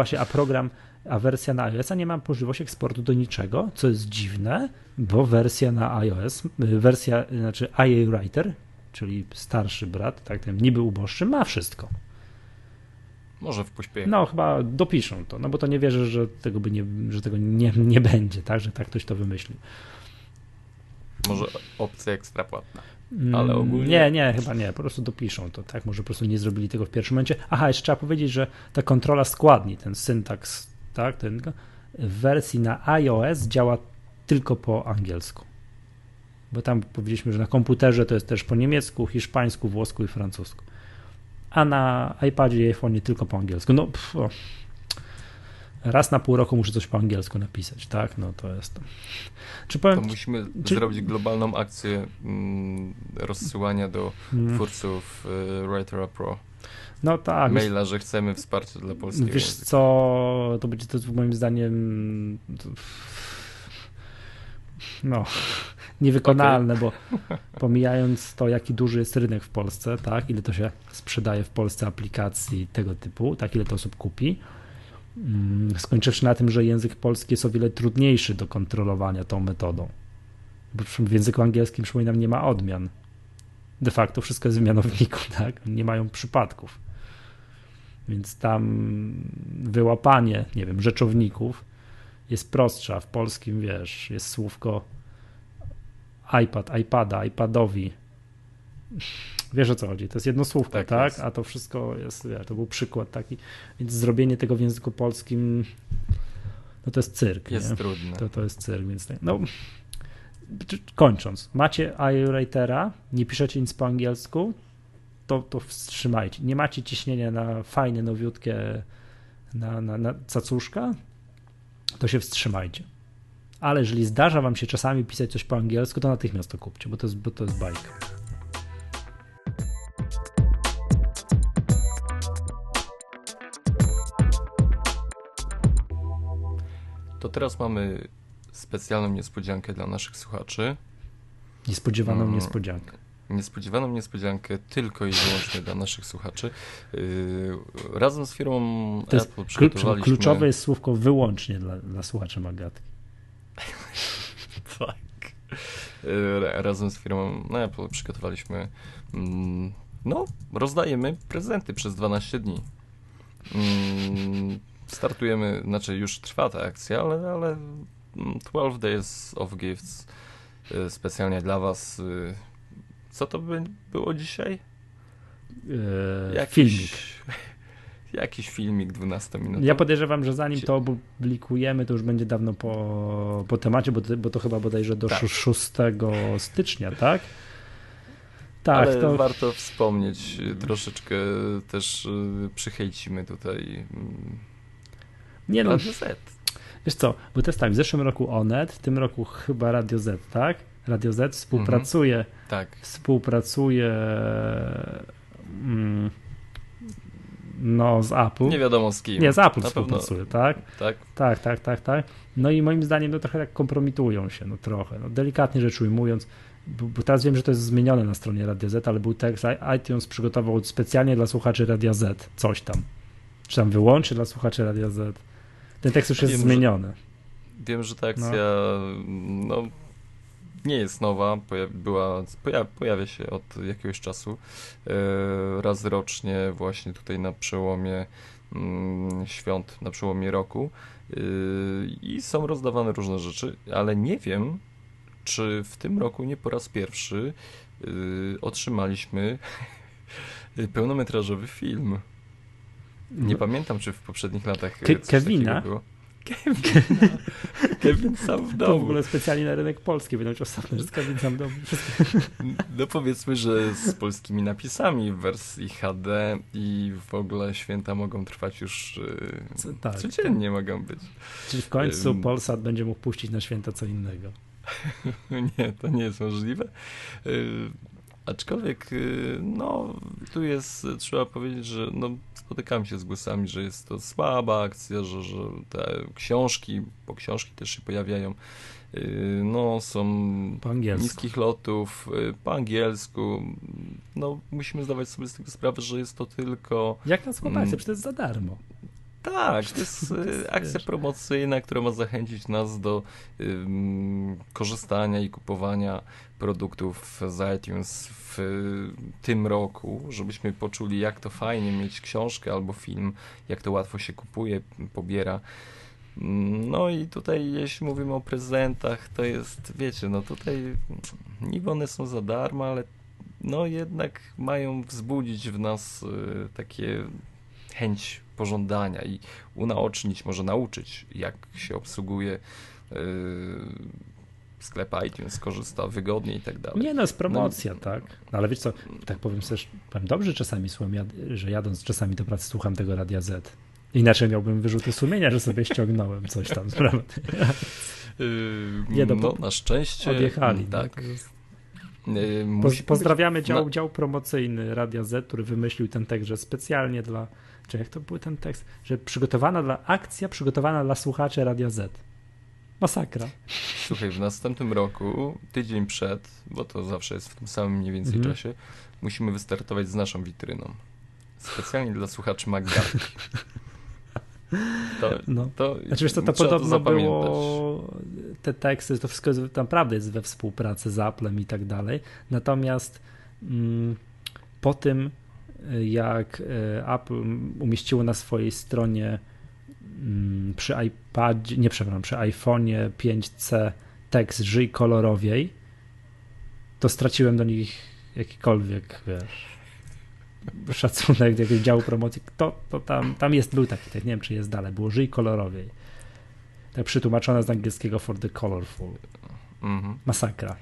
a wersja na iOS-a nie ma możliwości eksportu do niczego, co jest dziwne, bo wersja na iOS, znaczy iWriter, czyli starszy brat, tak, ten niby uboższy, ma wszystko. Może w pośpiechu. No chyba dopiszą to, no bo to nie wierzę, że tego nie będzie, tak, że tak ktoś to wymyślił. Może opcja ekstra płatna. Ale ogólnie... Nie, chyba nie, po prostu dopiszą to, tak, może po prostu nie zrobili tego w pierwszym momencie. Aha, jeszcze trzeba powiedzieć, że ta kontrola składni, ten syntaks, tak, w wersji na iOS działa tylko po angielsku. Bo tam powiedzieliśmy, że na komputerze to jest też po niemiecku, hiszpańsku, włosku i francusku. A na iPadzie i iPhone'ie tylko po angielsku. No, raz na pół roku muszę coś po angielsku napisać, tak? No to jest to. To musimy zrobić globalną akcję rozsyłania do twórców Writera Pro. No tak. Maila, że chcemy wsparcia dla polskiego Wiesz języka. co, to będzie to moim zdaniem niewykonalne, bo pomijając to, jaki duży jest rynek w Polsce, tak, ile to się sprzedaje w Polsce aplikacji tego typu, tak, ile to osób kupi, skończywszy na tym, że język polski jest o wiele trudniejszy do kontrolowania tą metodą. Bo w języku angielskim, przypominam, nie ma odmian. De facto wszystko jest w mianowniku, tak? Nie mają przypadków. Więc tam wyłapanie, nie wiem, rzeczowników jest prostsze, a w polskim, wiesz, jest słówko iPad, iPada, iPadowi. Wiesz, o co chodzi, to jest jedno słówko, tak? Jest. A to wszystko jest, to był przykład taki, więc zrobienie tego w języku polskim, no to jest cyrk. Jest nie? trudne. To jest cyrk, więc no, kończąc, macie iWritera, nie piszecie nic po angielsku, to wstrzymajcie. Nie macie ciśnienia na fajne, nowiutkie, na cacuszka, to się wstrzymajcie. ale jeżeli zdarza wam się czasami pisać coś po angielsku, to natychmiast to kupcie, bo to jest bajka. To teraz mamy specjalną niespodziankę dla naszych słuchaczy. Niespodziewaną niespodziankę. Niespodziewaną niespodziankę tylko i wyłącznie dla naszych słuchaczy. Razem z firmą to jest Apple przygotowaliśmy... Kluczowe jest słówko wyłącznie dla słuchaczy Magatki. Tak. Razem z firmą Apple przygotowaliśmy... rozdajemy prezenty przez 12 dni. Startujemy, znaczy już trwa ta akcja, ale 12 Days of Gifts specjalnie dla was. Co to by było dzisiaj? Filmik. Jakiś filmik 12-minutowy. Ja podejrzewam, że zanim to opublikujemy, to już będzie dawno po temacie, bo to chyba bodajże do 6 stycznia, tak? Tak, ale to warto wspomnieć, troszeczkę też przychejcimy tutaj Radio Z. Wiesz co, bo to jest tak, w zeszłym roku Onet, w tym roku chyba Radio Z, tak? Radio Z współpracuje z Apple. Nie wiadomo z kim. Nie, z Apple współpracuje, tak? Tak. No i moim zdaniem to trochę tak kompromitują się, trochę, delikatnie rzecz ujmując, bo teraz wiem, że to jest zmienione na stronie Radio Z, ale był tekst, iTunes przygotował specjalnie dla słuchaczy Radia Z, coś tam. Czy tam wyłącznie dla słuchaczy Radia Z. Ten tekst już jest zmieniony. Wiem, że ta akcja nie jest nowa, pojawia się od jakiegoś czasu, raz rocznie właśnie tutaj na przełomie świąt, na przełomie roku i są rozdawane różne rzeczy, ale nie wiem, czy w tym roku nie po raz pierwszy otrzymaliśmy pełnometrażowy film. Nie pamiętam, czy w poprzednich latach Kevina było. Kevin sam w domu. To w ogóle specjalnie na rynek polski będą osobno, że Kevin sam w domu. No powiedzmy, że z polskimi napisami w wersji HD i w ogóle święta mogą trwać już codziennie mogą być. Czyli w końcu Polsat będzie mógł puścić na święta co innego. Nie, to nie jest możliwe. Aczkolwiek, tu jest, trzeba powiedzieć, że spotykam się z głosami, że jest to słaba akcja, że te książki, bo książki też się pojawiają, są niskich lotów, po angielsku. Musimy zdawać sobie z tego sprawę, że jest to tylko... Jak na skład akcja, przecież to jest za darmo. Tak, to jest akcja promocyjna, która ma zachęcić nas do korzystania i kupowania produktów z iTunes w tym roku, żebyśmy poczuli, jak to fajnie mieć książkę albo film, jak to łatwo się kupuje, pobiera. No i tutaj, jeśli mówimy o prezentach, to jest, wiecie, tutaj niby one są za darmo, ale jednak mają wzbudzić w nas takie chęć pożądania i unaocznić, może nauczyć, jak się obsługuje sklep iTunes, korzysta wygodnie i tak dalej. Nie, jest promocja, tak. Ale wiesz co, tak powiem dobrze czasami słucham, że jadąc czasami do pracy słucham tego Radia Z. Inaczej miałbym wyrzuty sumienia, że sobie ściągnąłem coś tam. Na szczęście odjechali. Tak. Pozdrawiamy dział promocyjny Radia Z, który wymyślił ten tekst, że specjalnie dla... Czy jak to był ten tekst? Że akcja przygotowana dla słuchaczy Radia Z. Masakra. Słuchaj, w następnym roku, tydzień przed, bo to zawsze jest w tym samym mniej więcej czasie, musimy wystartować z naszą witryną. Specjalnie dla słuchaczy Maggatki. Znaczy wiesz co, to podobno było, te teksty, to wszystko naprawdę jest we współpracy z Applem i tak dalej, natomiast po tym, jak Apple umieściło na swojej stronie przy iPhone'ie 5C tekst "Żyj kolorowiej", to straciłem do nich jakikolwiek, szacunek do jakiegoś działu promocji. Tam był taki, nie wiem, czy jest dalej, było "Żyj kolorowiej". Tak przetłumaczone z angielskiego "for the colorful". Masakra.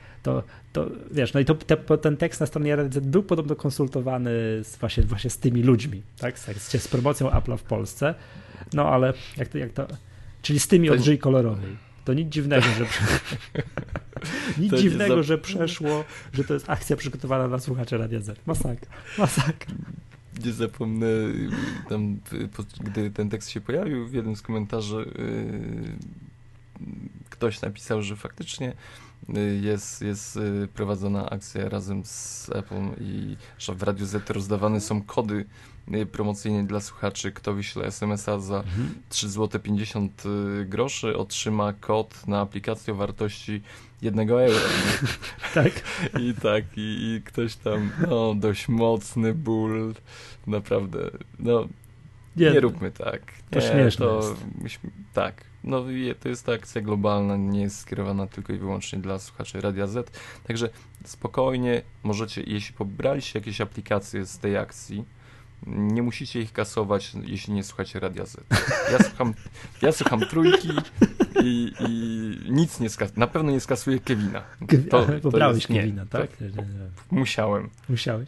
Ten tekst na stronie RZ był podobno konsultowany właśnie z tymi ludźmi, tak? Z promocją Apple'a w Polsce, ale jak to czyli z tymi od "Żyj kolorowej". To nic dziwnego, że nic dziwnego, że przeszło, że to jest akcja przygotowana dla słuchaczy Radia Z. Masakra. Nie zapomnę, tam, gdy ten tekst się pojawił, w jednym z komentarzy ktoś napisał, że faktycznie jest prowadzona akcja razem z Apple i że w Radiu Z rozdawane są kody promocyjne dla słuchaczy. Kto wyśle SMS-a za 3,50 zł otrzyma kod na aplikację o wartości 1 euro. Tak? I ktoś tam, dość mocny ból, naprawdę, nie róbmy tak. To śmieszne jest. Tak, to jest ta akcja globalna, nie jest skierowana tylko i wyłącznie dla słuchaczy Radia Z, także spokojnie możecie, jeśli pobraliście jakieś aplikacje z tej akcji, nie musicie ich kasować, jeśli nie słuchacie Radia Z. Ja słucham Trójki i nic nie skasuję. Na pewno nie skasuję Kevina. Pobrałeś Kevina, tak? Musiałem. Musiałeś?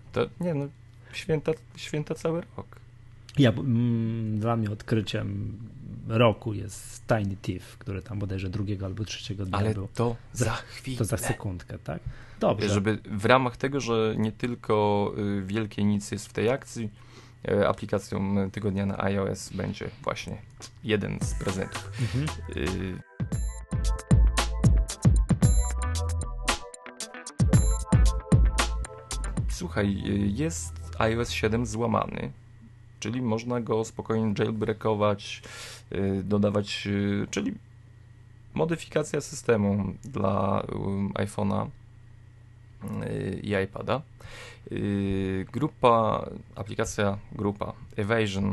Święta cały rok. Dla mnie odkryciem roku jest Tiny Thief, który tam bodajże 2 albo 3 dnia ale był. To za chwilę. To za sekundkę, tak? Dobrze. Żeby w ramach tego, że nie tylko wielkie nic jest w tej akcji, aplikacją tygodnia na iOS będzie właśnie jeden z prezentów. Słuchaj, jest iOS 7 złamany, czyli można go spokojnie jailbreakować, dodawać, czyli modyfikacja systemu dla iPhone'a i iPada. Grupa Evasion,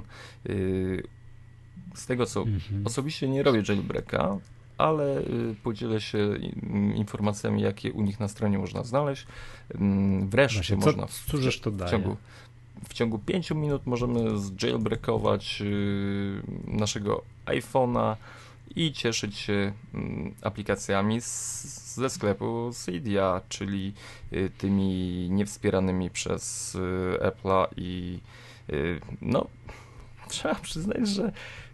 z tego co osobiście nie robię jailbreaka, ale podzielę się informacjami, jakie u nich na stronie można znaleźć. Wreszcie właśnie, można w ciągu 5 minut możemy jailbreakować naszego iPhone'a i cieszyć się aplikacjami ze sklepu Cydia, czyli tymi niewspieranymi przez Apple'a i trzeba przyznać, że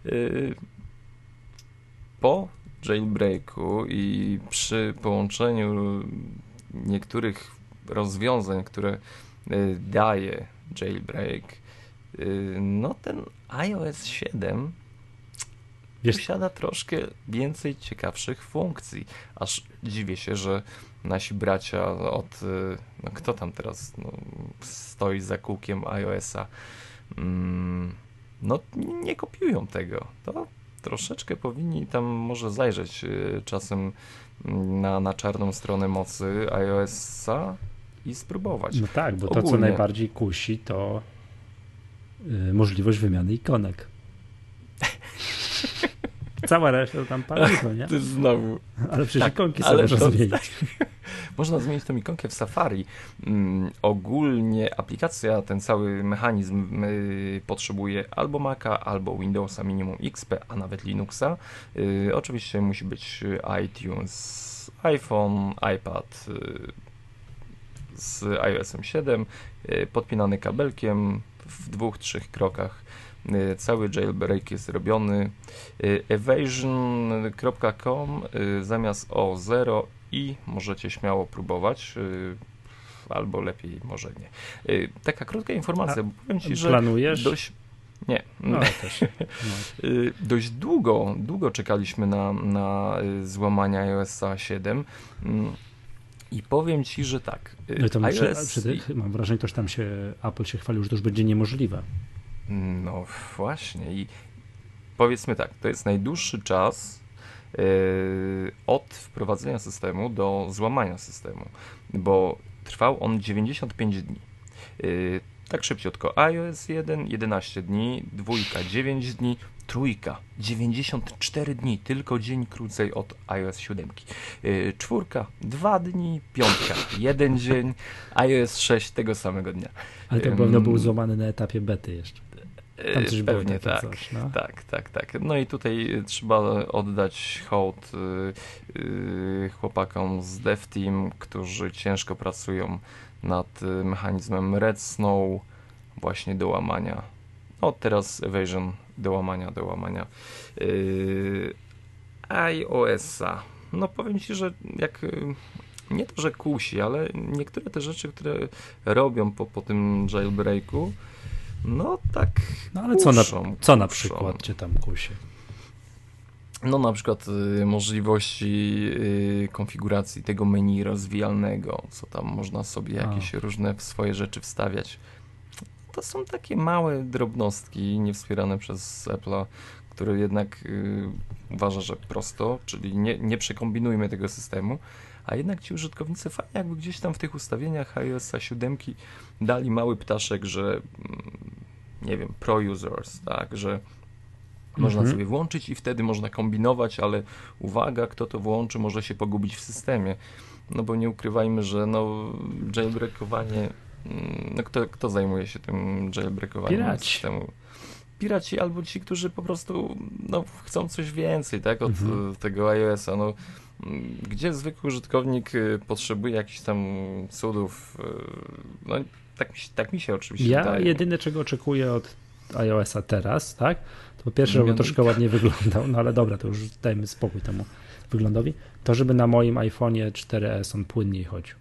po jailbreaku i przy połączeniu niektórych rozwiązań, które daje jailbreak, ten iOS 7 posiada troszkę więcej ciekawszych funkcji. Aż dziwię się, że nasi bracia kto tam teraz stoi za kółkiem iOS-a, nie kopiują tego. To troszeczkę powinni tam może zajrzeć czasem na czarną stronę mocy iOS-a i spróbować. No tak, bo to co najbardziej kusi to możliwość wymiany ikonek. Cała reszta tam paliwo, nie? Ty znowu. Ale przecież ikonki sobie można zmienić. Można zmienić tą ikonkę w Safari. Ogólnie aplikacja, ten cały mechanizm potrzebuje albo Maca, albo Windowsa, minimum XP, a nawet Linuxa. Oczywiście musi być iTunes, iPhone, iPad z iOS-em 7, podpinany kabelkiem w 2-3 krokach. Cały jailbreak jest robiony. Evasion.com zamiast O0 i możecie śmiało próbować, albo lepiej może nie. Taka krótka informacja, bo powiem Ci, że planujesz? Nie. Też. Dość długo czekaliśmy na złamanie iOS-a 7 i powiem Ci, że tak. Mam wrażenie, że Apple się chwalił, że to już będzie niemożliwe. No właśnie i powiedzmy tak, to jest najdłuższy czas od wprowadzenia systemu do złamania systemu, bo trwał on 95 dni. Tak szybciutko. iOS 1 11 dni, 2 9 dni, 3 94 dni, tylko dzień krócej od iOS 7. 4 2 dni, 5 1 dzień, iOS 6 tego samego dnia. Ale to pewno był złamany na etapie bety jeszcze. Tam coś pewnie było tak, coś, no. tak. No i tutaj trzeba oddać hołd chłopakom z DevTeam, którzy ciężko pracują nad mechanizmem Red Snow właśnie do łamania. Teraz Evasion do łamania. iOS-a. No powiem ci, że jak nie to, że kusi, ale niektóre te rzeczy, które robią po tym jailbreaku, no tak No ale kuszą, co na kuszą. przykład cię tam kusi? No na przykład możliwości konfiguracji tego menu rozwijalnego, co tam można sobie jakieś różne swoje rzeczy wstawiać. To są takie małe drobnostki niewspierane przez Apple'a, które jednak uważa, że prosto, czyli nie przekombinujmy tego systemu, a jednak ci użytkownicy fajnie jakby gdzieś tam w tych ustawieniach iOS 7 dali mały ptaszek, że nie wiem, pro users, tak, że można sobie włączyć i wtedy można kombinować, ale uwaga, kto to włączy, może się pogubić w systemie. No bo nie ukrywajmy, że no jailbreakowanie, no kto zajmuje się tym jailbreakowaniem systemu? Piraci albo ci, którzy po prostu no, chcą coś więcej, tak, od tego iOS-a. No, gdzie zwykły użytkownik potrzebuje jakichś tam cudów, no tak mi się oczywiście wydaje. Ja jedyne, czego oczekuję od iOS-a teraz, tak, to po pierwsze, żeby troszkę ładnie wyglądał, no ale dobra, to już dajmy spokój temu wyglądowi, to żeby na moim iPhone'ie 4S on płynniej chodził.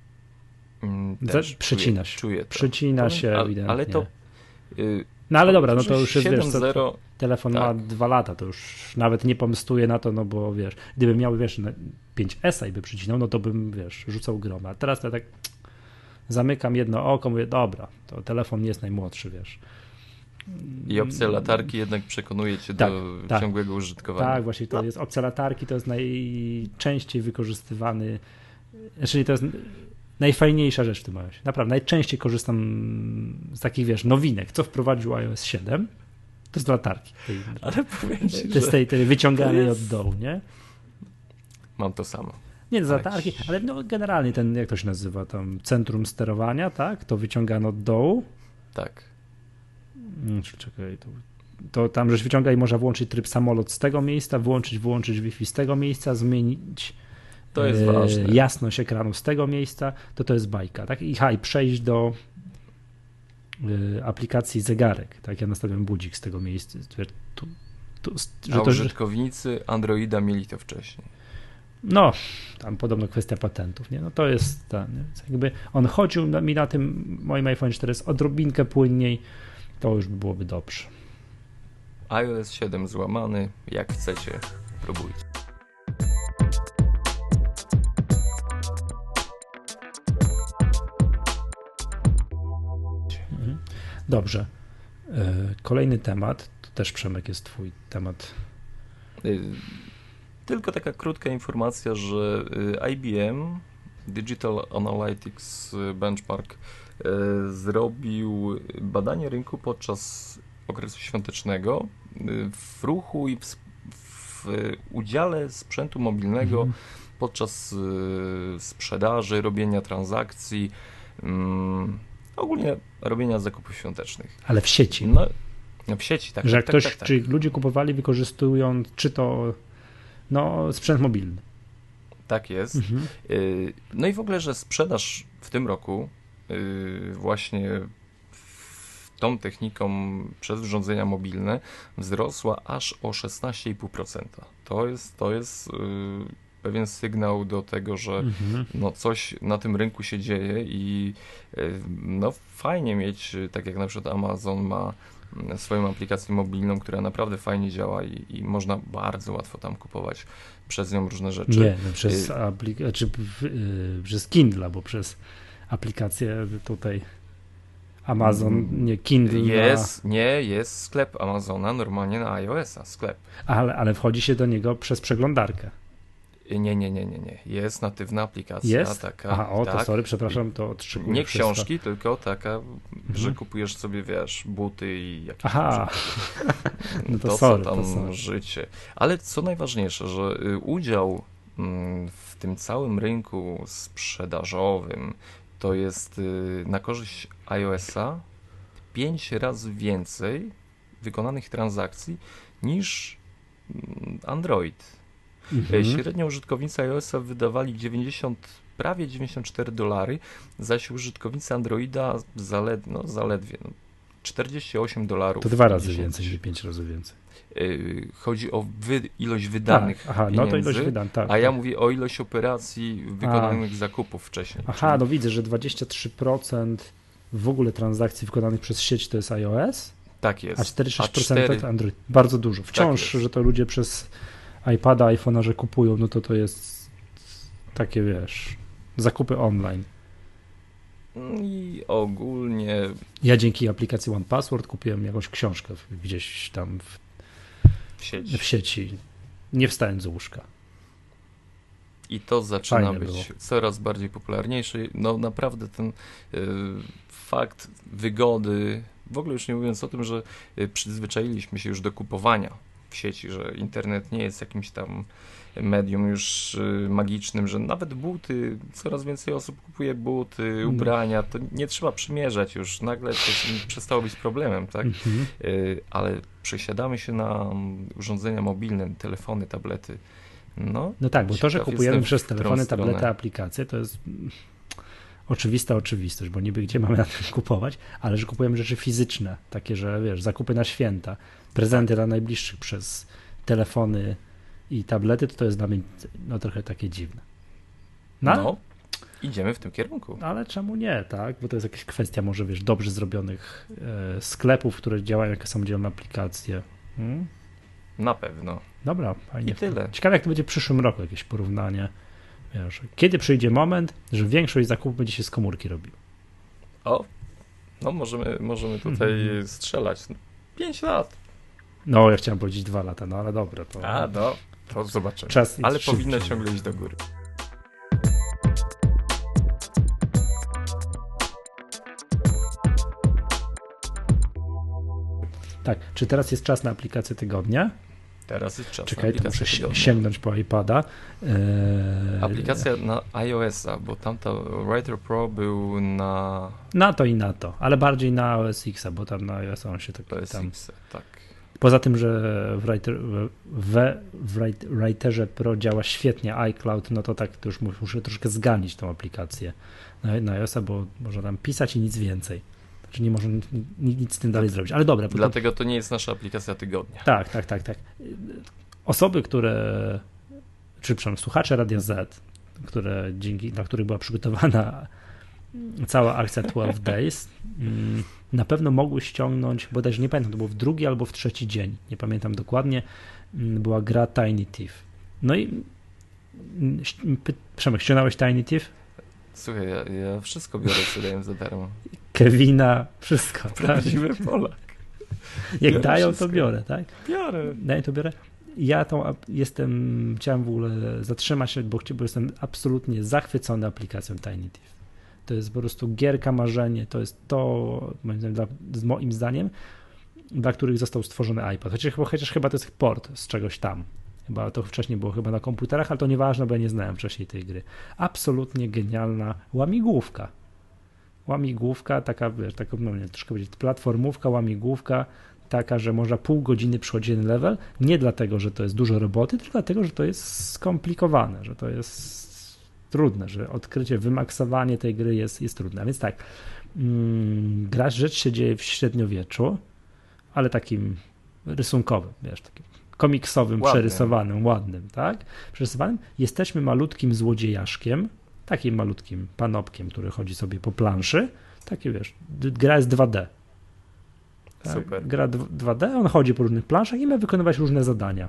Przycina się. Czuję to. Przycina się ewidentnie. Ale to... No ale dobra, no to już jest, wiesz, telefon tak. ma 2 lata, to już nawet nie pomstuje na to, no bo wiesz, gdybym miał, wiesz, 5S i by przycinał, no to bym, wiesz, rzucał groma. A teraz to ja tak zamykam jedno oko, mówię, dobra, to telefon nie jest najmłodszy, wiesz. I opcja latarki jednak przekonuje cię do ciągłego użytkowania. Tak, właśnie to jest opcja latarki, to jest najczęściej wykorzystywany, czyli to jest najfajniejsza rzecz w tym iOSie. Naprawdę, najczęściej korzystam z takich, wiesz, nowinek, co wprowadził iOS 7, to jest latarki. Ale powiem ci, to jest tej wyciąganej od dołu, nie? Mam to samo. Nie z latarki, ale no generalnie ten, jak to się nazywa, tam centrum sterowania, tak? To wyciągane od dołu. Tak. Czekaj, to tam żeś wyciąga i można włączyć tryb samolot z tego miejsca, wyłączyć Wi-Fi z tego miejsca, zmienić to jest ważne. Jasność ekranu z tego miejsca, to jest bajka, tak? I przejść do aplikacji zegarek, tak? Ja nastawiam budzik z tego miejsca. Użytkownicy Androida mieli to wcześniej. No, tam podobno kwestia patentów, nie? No to jest jakby on chodził mi na tym moim iPhone 4S odrobinkę płynniej, to już byłoby dobrze. iOS 7 złamany, jak chcecie, próbujcie. Dobrze. Kolejny temat, to też Przemek jest twój temat. Tylko taka krótka informacja, że IBM Digital Analytics Benchmark zrobił badanie rynku podczas okresu świątecznego w ruchu i w udziale sprzętu mobilnego podczas sprzedaży, robienia transakcji, ogólnie robienia zakupów świątecznych. Ale w sieci. No, w sieci, tak. Że tak. Czy ludzie kupowali wykorzystując, czy to sprzęt mobilny. Tak jest. No i w ogóle, że sprzedaż w tym roku właśnie tą techniką przez urządzenia mobilne wzrosła aż o 16,5%. To jest pewien sygnał do tego, że no coś na tym rynku się dzieje i no fajnie mieć, tak jak na przykład Amazon ma swoją aplikację mobilną, która naprawdę fajnie działa i można bardzo łatwo tam kupować przez nią różne rzeczy. Nie, przez Kindle, bo przez aplikację tutaj Amazon, nie Kindle. Jest sklep Amazona normalnie na iOS-a, sklep. Ale wchodzi się do niego przez przeglądarkę. Nie. Jest natywna aplikacja. Jest? Taka. To sorry, przepraszam, to odszykuję. Nie książki, tylko taka, że kupujesz sobie, wiesz, buty i jakieś no to sorry, co tam życie. Ale co najważniejsze, że udział w tym całym rynku sprzedażowym to jest na korzyść iOS-a 5 razy więcej wykonanych transakcji niż Android. Średnio użytkownicy iOS-a wydawali prawie $94, zaś użytkownicy Androida zaledwie $48. To 2 razy więcej, nie 5 razy więcej. chodzi o ilość wydanych pieniędzy, no to ilość wydanych, tak. A ja mówię o ilość operacji wykonanych zakupów wcześniej. Aha, no widzę, że 23% w ogóle transakcji wykonanych przez sieć to jest iOS. Tak jest. A 4,6% to Android. Bardzo dużo. Wciąż, tak że to ludzie przez iPada, iPhone'a, że kupują, no to jest takie, wiesz, zakupy online. I ogólnie... Ja dzięki aplikacji OnePassword kupiłem jakąś książkę gdzieś tam w sieci, nie wstając z łóżka. I to zaczyna być coraz bardziej popularniejsze. No naprawdę ten fakt wygody, w ogóle już nie mówiąc o tym, że przyzwyczailiśmy się już do kupowania w sieci, że internet nie jest jakimś tam medium już magicznym, że nawet buty, coraz więcej osób kupuje buty, ubrania, to nie trzeba przymierzać już, nagle to przestało być problemem, tak? Ale przesiadamy się na urządzenia mobilne, telefony, tablety. No tak, bo to, że kupujemy przez telefony, tablety, aplikacje, to jest oczywista oczywistość, bo niby gdzie mamy na tym kupować, ale że kupujemy rzeczy fizyczne, takie, że wiesz, zakupy na święta, prezenty dla najbliższych przez telefony i tablety, to jest dla mnie no, trochę takie dziwne. No, idziemy w tym kierunku. Ale czemu nie, tak? Bo to jest jakaś kwestia może, wiesz, dobrze zrobionych sklepów, które działają jako samodzielne aplikacje. Na pewno. Dobra, fajnie. I tyle. Ciekawe, jak to będzie w przyszłym roku, jakieś porównanie. Wiesz, kiedy przyjdzie moment, że większość zakupów będzie się z komórki robił? No możemy tutaj strzelać. 5 lat. No, ja chciałem powiedzieć 2 lata, no ale dobra. To zobaczymy. Ale powinno ciągle iść do góry. Tak, czy teraz jest czas na aplikację tygodnia? Teraz jest czas. Czekaj, to muszę sięgnąć po iPada. Aplikacja na iOS-a, bo tamta Writer Pro był na... Na to, ale bardziej na OS X-a, bo tam na iOS on się tak... OS X, tak. Poza tym, że w Writerze Pro działa świetnie iCloud, no to tak to już muszę troszkę zganić tą aplikację na iOS-a, bo można tam pisać i nic więcej. Znaczy nie można nic z tym dalej zrobić, ale dobra. Dlatego to nie jest nasza aplikacja tygodnia. Tak. Osoby, czy przynajmniej słuchacze Radia Z, dla których była przygotowana cała akcja 12 Days, na pewno mogły ściągnąć, bodajże nie pamiętam, to było w drugi albo w trzeci dzień, nie pamiętam dokładnie, była gra Tiny Thief. No i Przemek, ściągnąłeś Tiny Thief? Słuchaj, ja wszystko biorę, co daję za darmo. Kevina, wszystko. Prawdziwy Polak. Jak dają, wszystko. To biorę, tak? Biorę. Daję, to biorę. Ja chciałem w ogóle zatrzymać się, bo jestem absolutnie zachwycony aplikacją Tiny Thief. To jest po prostu gierka marzenie, to jest to, moim zdaniem, dla których został stworzony iPad. Chociaż chyba to jest port z czegoś tam. Chyba to wcześniej było chyba na komputerach, ale to nieważne, bo ja nie znałem wcześniej tej gry. Absolutnie genialna łamigłówka. Łamigłówka, taka, wiesz, taka, no nie, troszkę powiedzieć, platformówka, łamigłówka, taka, że można pół godziny przychodzić jeden level, nie dlatego, że to jest dużo roboty, tylko dlatego, że to jest skomplikowane, że to jest trudne, że odkrycie, wymaksowanie tej gry jest trudne. A więc tak, rzecz się dzieje w średniowieczu, ale takim rysunkowym, wiesz, takim komiksowym, przerysowanym, ładnym, tak? Przerysowanym. Jesteśmy malutkim złodziejaszkiem, takim malutkim panopkiem, który chodzi sobie po planszy. Taki, wiesz, gra jest 2D. Tak? Super. Gra 2D, on chodzi po różnych planszach i ma wykonywać różne zadania.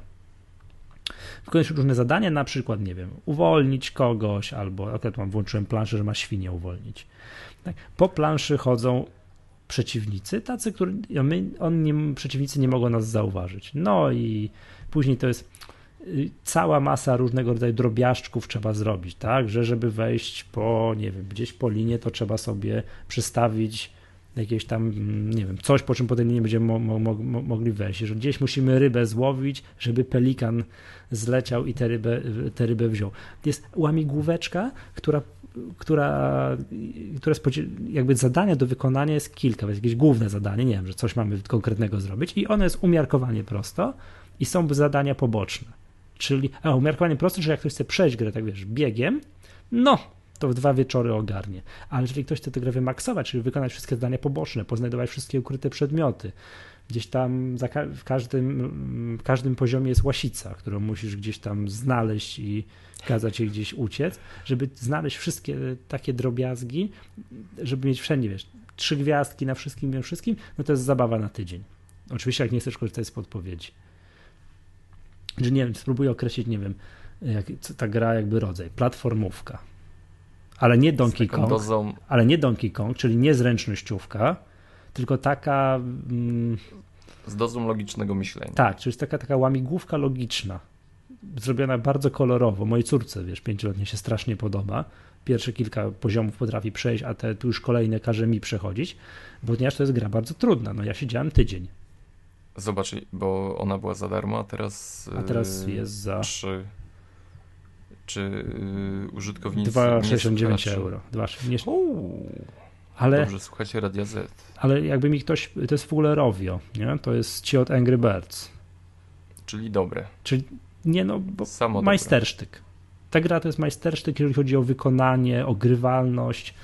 Na przykład, nie wiem, uwolnić kogoś, albo akurat włączyłem planszę, że ma świnię uwolnić. Tak? Po planszy chodzą przeciwnicy, tacy, przeciwnicy nie mogą nas zauważyć. No i później to jest cała masa różnego rodzaju drobiażdżków trzeba zrobić, tak, że żeby wejść gdzieś po linie, to trzeba sobie przystawić jakieś tam, nie wiem, coś, po czym po tej linii będziemy mogli wejść, że gdzieś musimy rybę złowić, żeby zleciał i tę rybę wziął. Jest łamigłóweczka, która jakby zadania do wykonania jest kilka, jest jakieś główne zadanie, nie wiem, że coś mamy konkretnego zrobić i ono jest umiarkowanie prosto i są zadania poboczne, czyli umiarkowanie proste, że jak ktoś chce przejść grę, tak wiesz, biegiem, no to w 2 wieczory ogarnie, ale jeżeli ktoś chce tę grę wymaksować, czyli wykonać wszystkie zadania poboczne, poznajdować wszystkie ukryte przedmioty, Gdzieś tam w każdym poziomie jest łasica, którą musisz gdzieś tam znaleźć i kazać jej gdzieś uciec, żeby znaleźć wszystkie takie drobiazgi, żeby mieć wszędzie, wiesz, 3 gwiazdki na wszystkim, no to jest zabawa na tydzień. Oczywiście jak nie chcesz korzystać z podpowiedzi. Że nie wiem, spróbuję określić, nie wiem, ta gra jakby rodzaj, platformówka, ale nie Donkey Kong, czyli nie zręcznościówka, tylko taka... z dozą logicznego myślenia. Tak, czyli jest taka łamigłówka logiczna, zrobiona bardzo kolorowo. Mojej córce, wiesz, 5-letniej się strasznie podoba. Pierwsze kilka poziomów potrafi przejść, a tu już kolejne każe mi przechodzić, ponieważ to jest gra bardzo trudna. No ja siedziałem tydzień. Zobacz, bo ona była za darmo, a teraz jest za... Czy użytkownicy 2,69 euro. Ale, dobrze, słuchajcie Radia Z. Ale jakby mi ktoś, to jest w ogóle Rovio, nie? To jest ci od Angry Birds. Czyli dobre. Czyli nie no, bo majstersztyk. Ta gra to jest majstersztyk, jeżeli chodzi o wykonanie, o grywalność.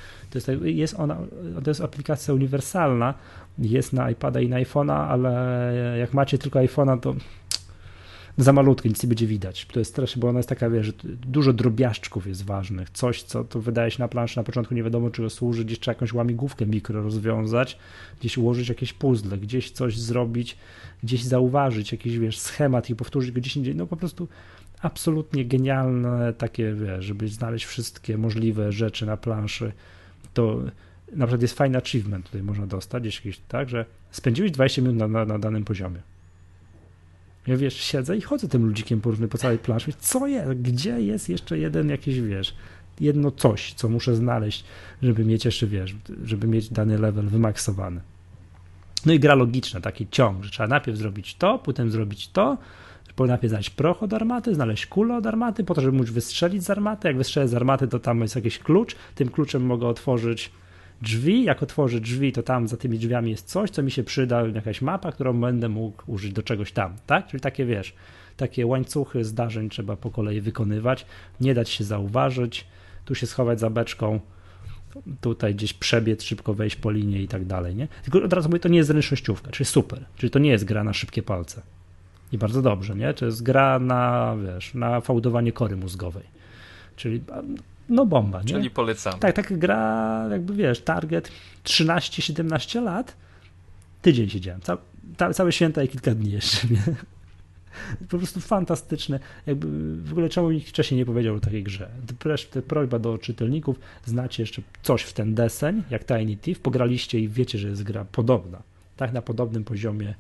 To jest aplikacja uniwersalna, jest na iPada i na iPhone'a, ale jak macie tylko iPhone'a, to za malutkie, nic nie będzie widać. To jest strasznie, bo ona jest taka, wiesz, że dużo drobiażdżków jest ważnych. Coś, co to wydaje się na planszy na początku nie wiadomo czego służy, gdzieś trzeba jakąś łamigłówkę mikro rozwiązać, gdzieś ułożyć jakieś puzzle, gdzieś coś zrobić, gdzieś zauważyć jakiś, wiesz, schemat i powtórzyć go gdzieś indziej. No po prostu absolutnie genialne takie, wiesz, żeby znaleźć wszystkie możliwe rzeczy na planszy. To na przykład jest fajny achievement, tutaj można dostać, gdzieś jakiś, tak, że spędziłeś 20 minut na danym poziomie. Ja, wiesz, siedzę i chodzę tym ludzikiem po całej planszy. Co jest? Gdzie jest jeszcze jeden jakiś, wiesz, jedno coś, co muszę znaleźć, żeby mieć jeszcze, wiesz, żeby mieć dany level wymaksowany. No i gra logiczna, taki ciąg, że trzeba najpierw zrobić to, potem zrobić to, najpierw znaleźć proch od armaty, znaleźć kulę od armaty, po to, żeby móc wystrzelić z armaty. Jak wystrzelę z armaty, to tam jest jakiś klucz. Tym kluczem mogę otworzyć drzwi. Jak otworzę drzwi, to tam za tymi drzwiami jest coś, co mi się przyda, jakaś mapa, którą będę mógł użyć do czegoś tam, tak? Czyli takie, wiesz, takie łańcuchy zdarzeń trzeba po kolei wykonywać, nie dać się zauważyć, tu się schować za beczką, tutaj gdzieś przebiec, szybko wejść po linie i tak dalej, nie? Tylko od razu mówię, to nie jest zręcznościówka, czyli super, czyli to nie jest gra na szybkie palce. I bardzo dobrze, nie? To jest gra na, wiesz, na fałdowanie kory mózgowej. Czyli, no bomba, nie? Czyli polecamy. Tak, taka gra, jakby, wiesz, target 13-17 lat, tydzień siedziałem, całe święta i kilka dni jeszcze, nie? Po prostu fantastyczne. Jakby w ogóle czemu nikt wcześniej nie powiedział o takiej grze. Prośba do czytelników, znacie jeszcze coś w ten deseń, jak Tiny Thief, pograliście i wiecie, że jest gra podobna. Tak, na podobnym poziomie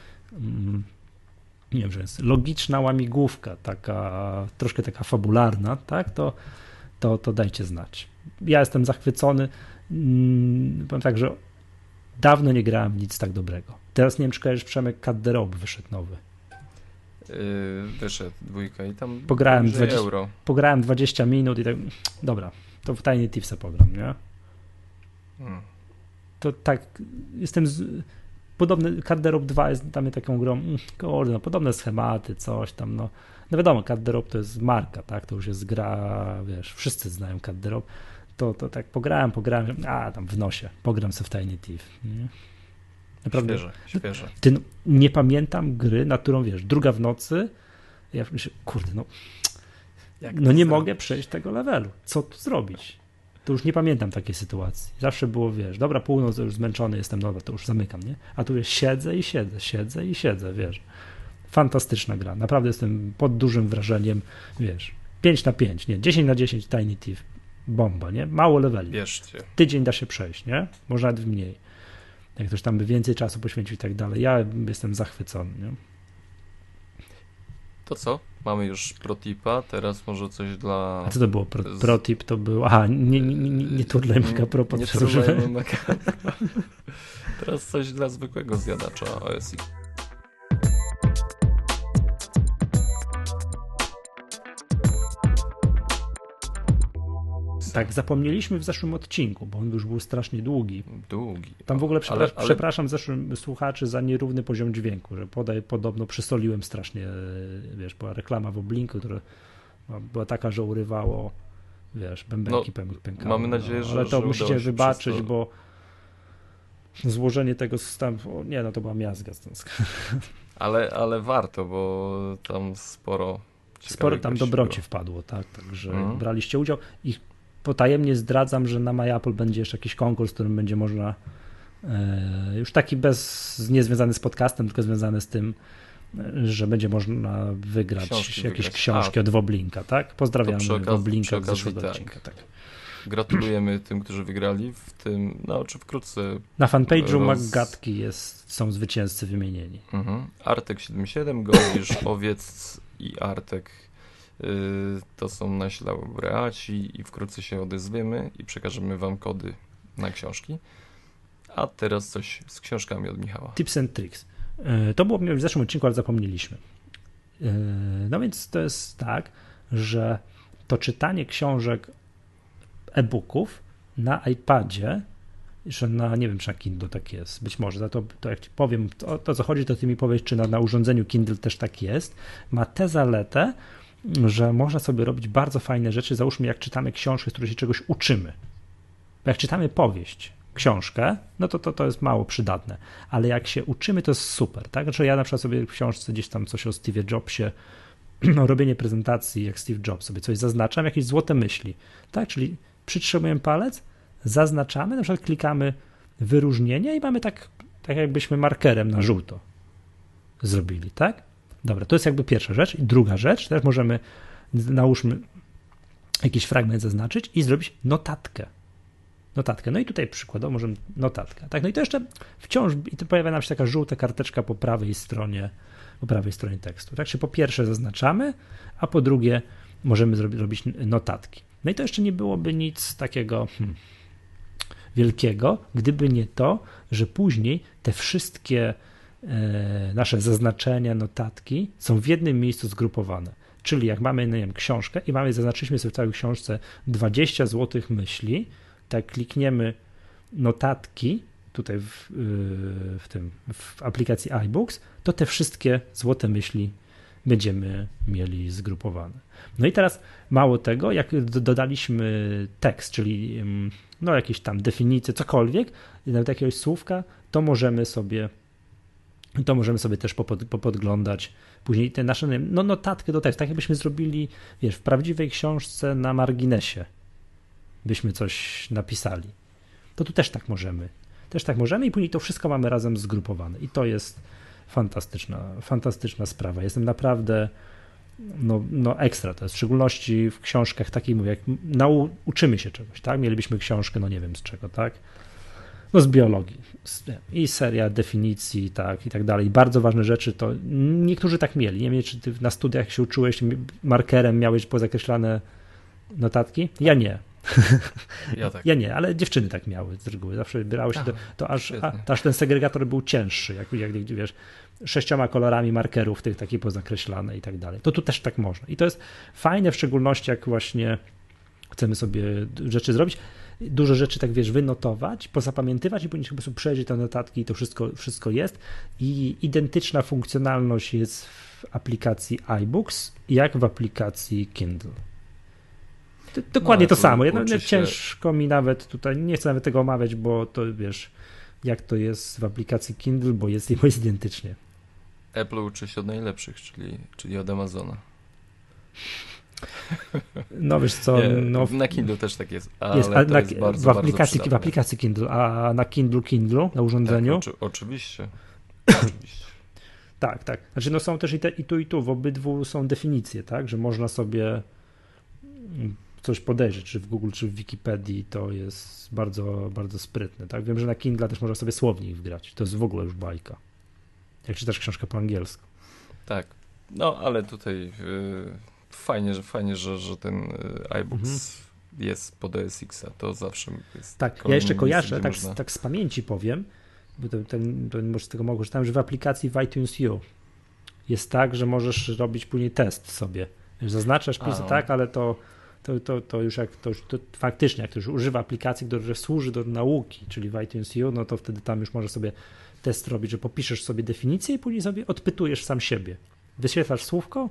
nie wiem, że jest logiczna łamigłówka, troszkę taka fabularna, tak, to dajcie znać. Ja jestem zachwycony. Powiem tak, że dawno nie grałem w nic tak dobrego. Teraz nie wiem, czy kojarzysz, Przemek, Cut the Rope wyszedł nowy. Wyszedł 2 i tam pograłem 20 minut i tak, dobra, to w Tiny Thiefsa pogram, nie? To tak, podobny, Cut the Rope 2 jest tam taką grą, no, podobne schematy, coś tam, no wiadomo, Cut the Rope to jest marka, tak, to już jest gra, wiesz, wszyscy znają Cut the Rope, to tak pograłem, tam w nosie, pogram sobie w Tiny Thief, nie? Naprawdę, świeże. Nie pamiętam gry, na którą, wiesz, 2 w nocy, ja myślę, kurde, nie mogę przejść tego levelu, co tu zrobić? To już nie pamiętam takiej sytuacji. Zawsze było, wiesz, dobra, północ, to już zmęczony jestem, dobra, to już zamykam, nie? A tu jest siedzę, wiesz. Fantastyczna gra. Naprawdę jestem pod dużym wrażeniem, wiesz, 5/5, nie, 10/10 Tiny Thief. Bomba, nie? Mało leveli. Bierzcie. Tydzień da się przejść, nie? Może nawet mniej. Jak ktoś tam by więcej czasu poświęcił i tak dalej. Ja jestem zachwycony, nie? To co? Mamy już protipa, teraz może coś dla... A co to było? Protip to był... Aha, nie turlaj maka propos. Nie turlajmy maka. Teraz coś dla zwykłego zjadacza OS X. Tak, zapomnieliśmy w zeszłym odcinku, bo on już był strasznie długi. Tam w ogóle przepraszam zeszłym słuchaczy za nierówny poziom dźwięku, że podobno przysoliłem strasznie, wiesz, była reklama w Oblinku, która była taka, że urywało, wiesz, bębenki pękały. Mamy nadzieję, że ale to musicie wybaczyć, bo złożenie tego tam, nie no, to była miazga. Ale warto, bo tam sporo tam gości dobroci było. wpadło, tak, także braliście udział i potajemnie zdradzam, że na MyApple będzie jeszcze jakiś konkurs, w którym będzie można już taki niezwiązany z podcastem, tylko związany z tym, że będzie można wygrać jakieś książki od Woblinka, tak? Pozdrawiamy Woblinka z zeszłego odcinka. Tak. Gratulujemy tym, którzy wygrali w tym, czy wkrótce. Na fanpage'u Maggatki są zwycięzcy wymienieni. Artek77, Godzisz, Owiec i Artek to są nasi laureaci i wkrótce się odezwiemy i przekażemy wam kody na książki. A teraz coś z książkami od Michała. Tips and tricks. To było w zeszłym odcinku, ale zapomnieliśmy. No więc to jest tak, że to czytanie książek e-booków na iPadzie, że nie wiem, czy na Kindle tak jest, być może, to jak ci powiem o co chodzi, to ty mi powiesz, czy na urządzeniu Kindle też tak jest, ma tę zaletę, że można sobie robić bardzo fajne rzeczy, załóżmy jak czytamy książkę, z której się czegoś uczymy. Bo jak czytamy powieść, książkę, no to jest mało przydatne, ale jak się uczymy, to jest super, tak? Znaczy ja na przykład sobie w książce gdzieś tam coś o Steve'ie Jobsie, robienie prezentacji jak Steve Jobs, sobie coś zaznaczam, jakieś złote myśli, tak? Czyli przytrzymujemy palec, zaznaczamy, na przykład klikamy wyróżnienie i mamy tak jakbyśmy markerem na żółto zrobili, tak? Dobra, to jest jakby pierwsza rzecz. I druga rzecz, teraz możemy, nałóżmy jakiś fragment zaznaczyć i zrobić notatkę. No i tutaj przykładowo możemy notatkę. Tak? No i to jeszcze wciąż pojawia nam się taka żółta karteczka po prawej stronie tekstu. Tak? Czyli po pierwsze zaznaczamy, a po drugie możemy robić notatki. No i to jeszcze nie byłoby nic takiego wielkiego, gdyby nie to, że później te wszystkie nasze zaznaczenia, notatki są w jednym miejscu zgrupowane. Czyli jak mamy, nie wiem, książkę i zaznaczyliśmy sobie w całej książce 20 złotych myśli, tak klikniemy notatki tutaj w aplikacji iBooks, to te wszystkie złote myśli będziemy mieli zgrupowane. No i teraz mało tego, jak dodaliśmy tekst, czyli jakieś tam definicje, cokolwiek, nawet jakiegoś słówka, to możemy sobie też popodglądać później te nasze notatki do tekstu, tak jakbyśmy zrobili, w prawdziwej książce na marginesie byśmy coś napisali. To tu też tak możemy. I później to wszystko mamy razem zgrupowane. I to jest fantastyczna sprawa. Jestem naprawdę ekstra. To jest w szczególności w książkach takich, jak uczymy się czegoś, tak? Mielibyśmy książkę, nie wiem z czego, tak? Z biologii. I seria definicji, tak, i tak dalej. Bardzo ważne rzeczy to niektórzy tak mieli. Nie wiem, czy ty na studiach się uczyłeś, markerem miałeś pozakreślane notatki? Ja nie. Ja nie, ale dziewczyny tak miały z reguły. Zawsze wybierało się to aż ten segregator był cięższy, jak wiesz, 6 kolorami markerów tych takie pozakreślane i tak dalej. To tu też tak można. I to jest fajne, w szczególności jak właśnie chcemy sobie rzeczy zrobić. Dużo rzeczy, tak wiesz, wynotować, pozapamiętywać i później po prostu przejrzeć te notatki i to wszystko jest. I identyczna funkcjonalność jest w aplikacji iBooks jak w aplikacji Kindle. Dokładnie to samo. Ciężko mi nawet tutaj, nie chcę nawet tego omawiać, bo to wiesz, jak to jest w aplikacji Kindle, bo jest identycznie. Apple uczy się od najlepszych, czyli od Amazona. No wiesz co, na Kindle też tak jest, ale to jest bardzo, w aplikacji Kindle, a na Kindle, na urządzeniu? Tak, oczywiście. Tak. Znaczy są też i tu, w obydwu są definicje, tak, że można sobie coś podejrzeć, czy w Google, czy w Wikipedii, to jest bardzo, bardzo sprytne, tak. Wiem, że na Kindle też można sobie słownik wgrać, to jest w ogóle już bajka, jak czytasz książkę po angielsku. Tak, ale tutaj fajnie, że ten iBooks jest pod OS X-a, to zawsze jest... Tak, ja jeszcze kojarzę, tak z pamięci powiem, bo to może z tego mogę czytałem, że w aplikacji w iTunes U jest tak, że możesz robić później test sobie. Zaznaczasz, tak, ale to już faktycznie, jak ktoś używa aplikacji, która służy do nauki, czyli w iTunes U, no to wtedy tam już możesz sobie test robić, że popiszesz sobie definicję i później sobie odpytujesz sam siebie. Wyświetlasz słówko,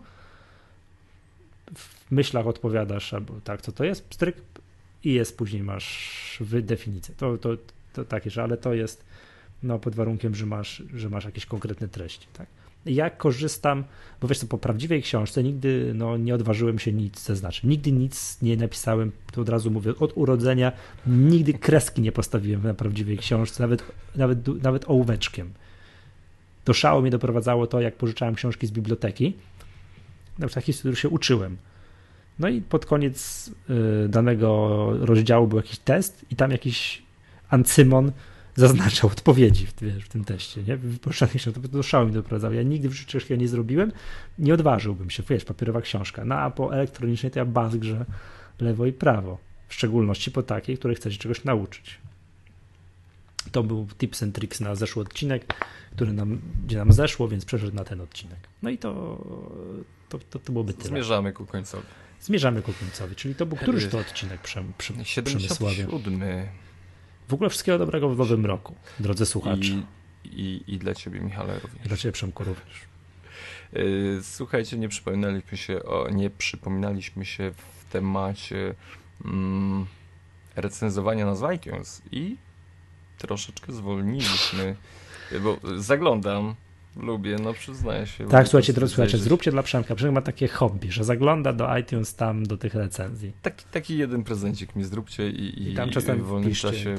w myślach odpowiadasz, albo tak, co to jest, pstryk i później masz definicję. To takie, ale to jest No, pod warunkiem, że masz jakieś konkretne treści, tak? Ja korzystam, bo wiesz co, po prawdziwej książce nigdy nie odważyłem się nic zaznaczyć. Nigdy nic nie napisałem, to od razu mówię, od urodzenia nigdy kreski nie postawiłem na prawdziwej książce, nawet ołóweczkiem. Do szału mnie doprowadzało to, jak pożyczałem książki z biblioteki, na przykład historii, których się uczyłem. No i pod koniec danego rozdziału był jakiś test i tam jakiś ancymon zaznaczał odpowiedzi w tym teście, nie? To do szału mi doprowadzało. Ja nigdy w życiu czegoś nie zrobiłem, nie odważyłbym się, wiesz, papierowa książka. No a po elektronicznej to ja bazgrze lewo i prawo, w szczególności po takiej, której chcę się czegoś nauczyć. To był tips and tricks na zeszły odcinek, gdzie nam zeszło, więc przeszedł na ten odcinek. No i to byłoby tyle. Zmierzamy ku końcowi. Czyli to był któryś to odcinek Przemysławie? 77. W ogóle wszystkiego dobrego w nowym roku, drodzy słuchacze. I dla ciebie, Michale, również. I dla ciebie, Przemku, również. Słuchajcie, nie przypominaliśmy się w temacie recenzowania nazw iTunes i troszeczkę zwolniliśmy, bo zaglądam, lubię, przyznaję się. Tak, słuchajcie, drodzy słuchacze, zróbcie dla Przemka. Przemek ma takie hobby, że zagląda do iTunes tam, do tych recenzji. Taki jeden prezencik mi zróbcie i tam czasem w wolnym czasie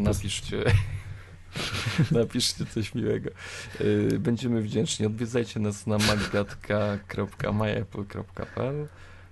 napiszcie coś miłego. Będziemy wdzięczni. Odwiedzajcie nas na maggatka.myapple.pl.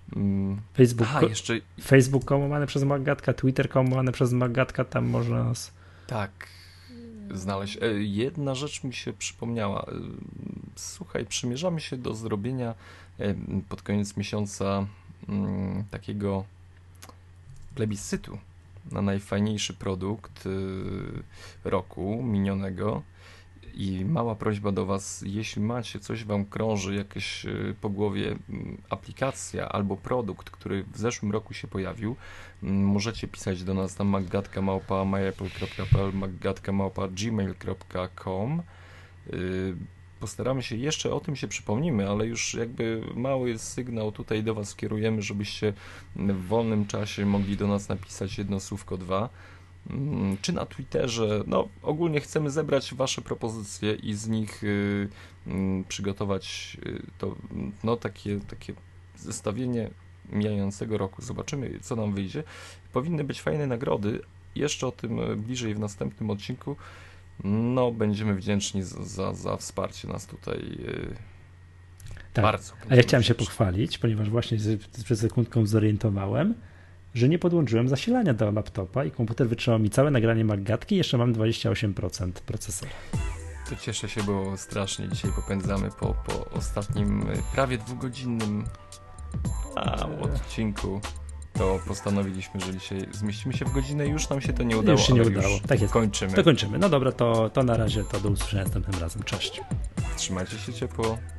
Facebook łamane przez Maggatka, Twitter łamane przez Maggatka, tam można nas... Tak, znaleźć. Jedna rzecz mi się przypomniała. Słuchaj, przymierzamy się do zrobienia pod koniec miesiąca takiego plebiscytu na najfajniejszy produkt roku minionego i mała prośba do Was, jeśli macie, coś Wam krąży, jakieś po głowie aplikacja albo produkt, który w zeszłym roku się pojawił, możecie pisać do nas na maggatka@myapple.pl, maggatka@gmail.com. Postaramy się, jeszcze o tym się przypomnimy, ale już jakby mały sygnał tutaj do Was kierujemy, żebyście w wolnym czasie mogli do nas napisać jedno słówko, dwa, czy na Twitterze. Ogólnie chcemy zebrać Wasze propozycje i z nich przygotować takie zestawienie mijającego roku. Zobaczymy, co nam wyjdzie. Powinny być fajne nagrody. Jeszcze o tym bliżej w następnym odcinku. Będziemy wdzięczni za wsparcie nas tutaj. Tak. Bardzo. A ja chciałem się pochwalić, ponieważ właśnie przed sekundką zorientowałem, że nie podłączyłem zasilania do laptopa i komputer wytrzymał mi całe nagranie Maggatki i jeszcze mam 28% procesora. To cieszę się, bo strasznie dzisiaj popędzamy po ostatnim prawie 2-godzinnym odcinku. To postanowiliśmy, że dzisiaj zmieścimy się w godzinę i już nam się to nie udało. Już się nie udało. Tak jest. Kończymy. To kończymy. No dobra, to na razie, to do usłyszenia następnym razem. Cześć. Trzymajcie się ciepło.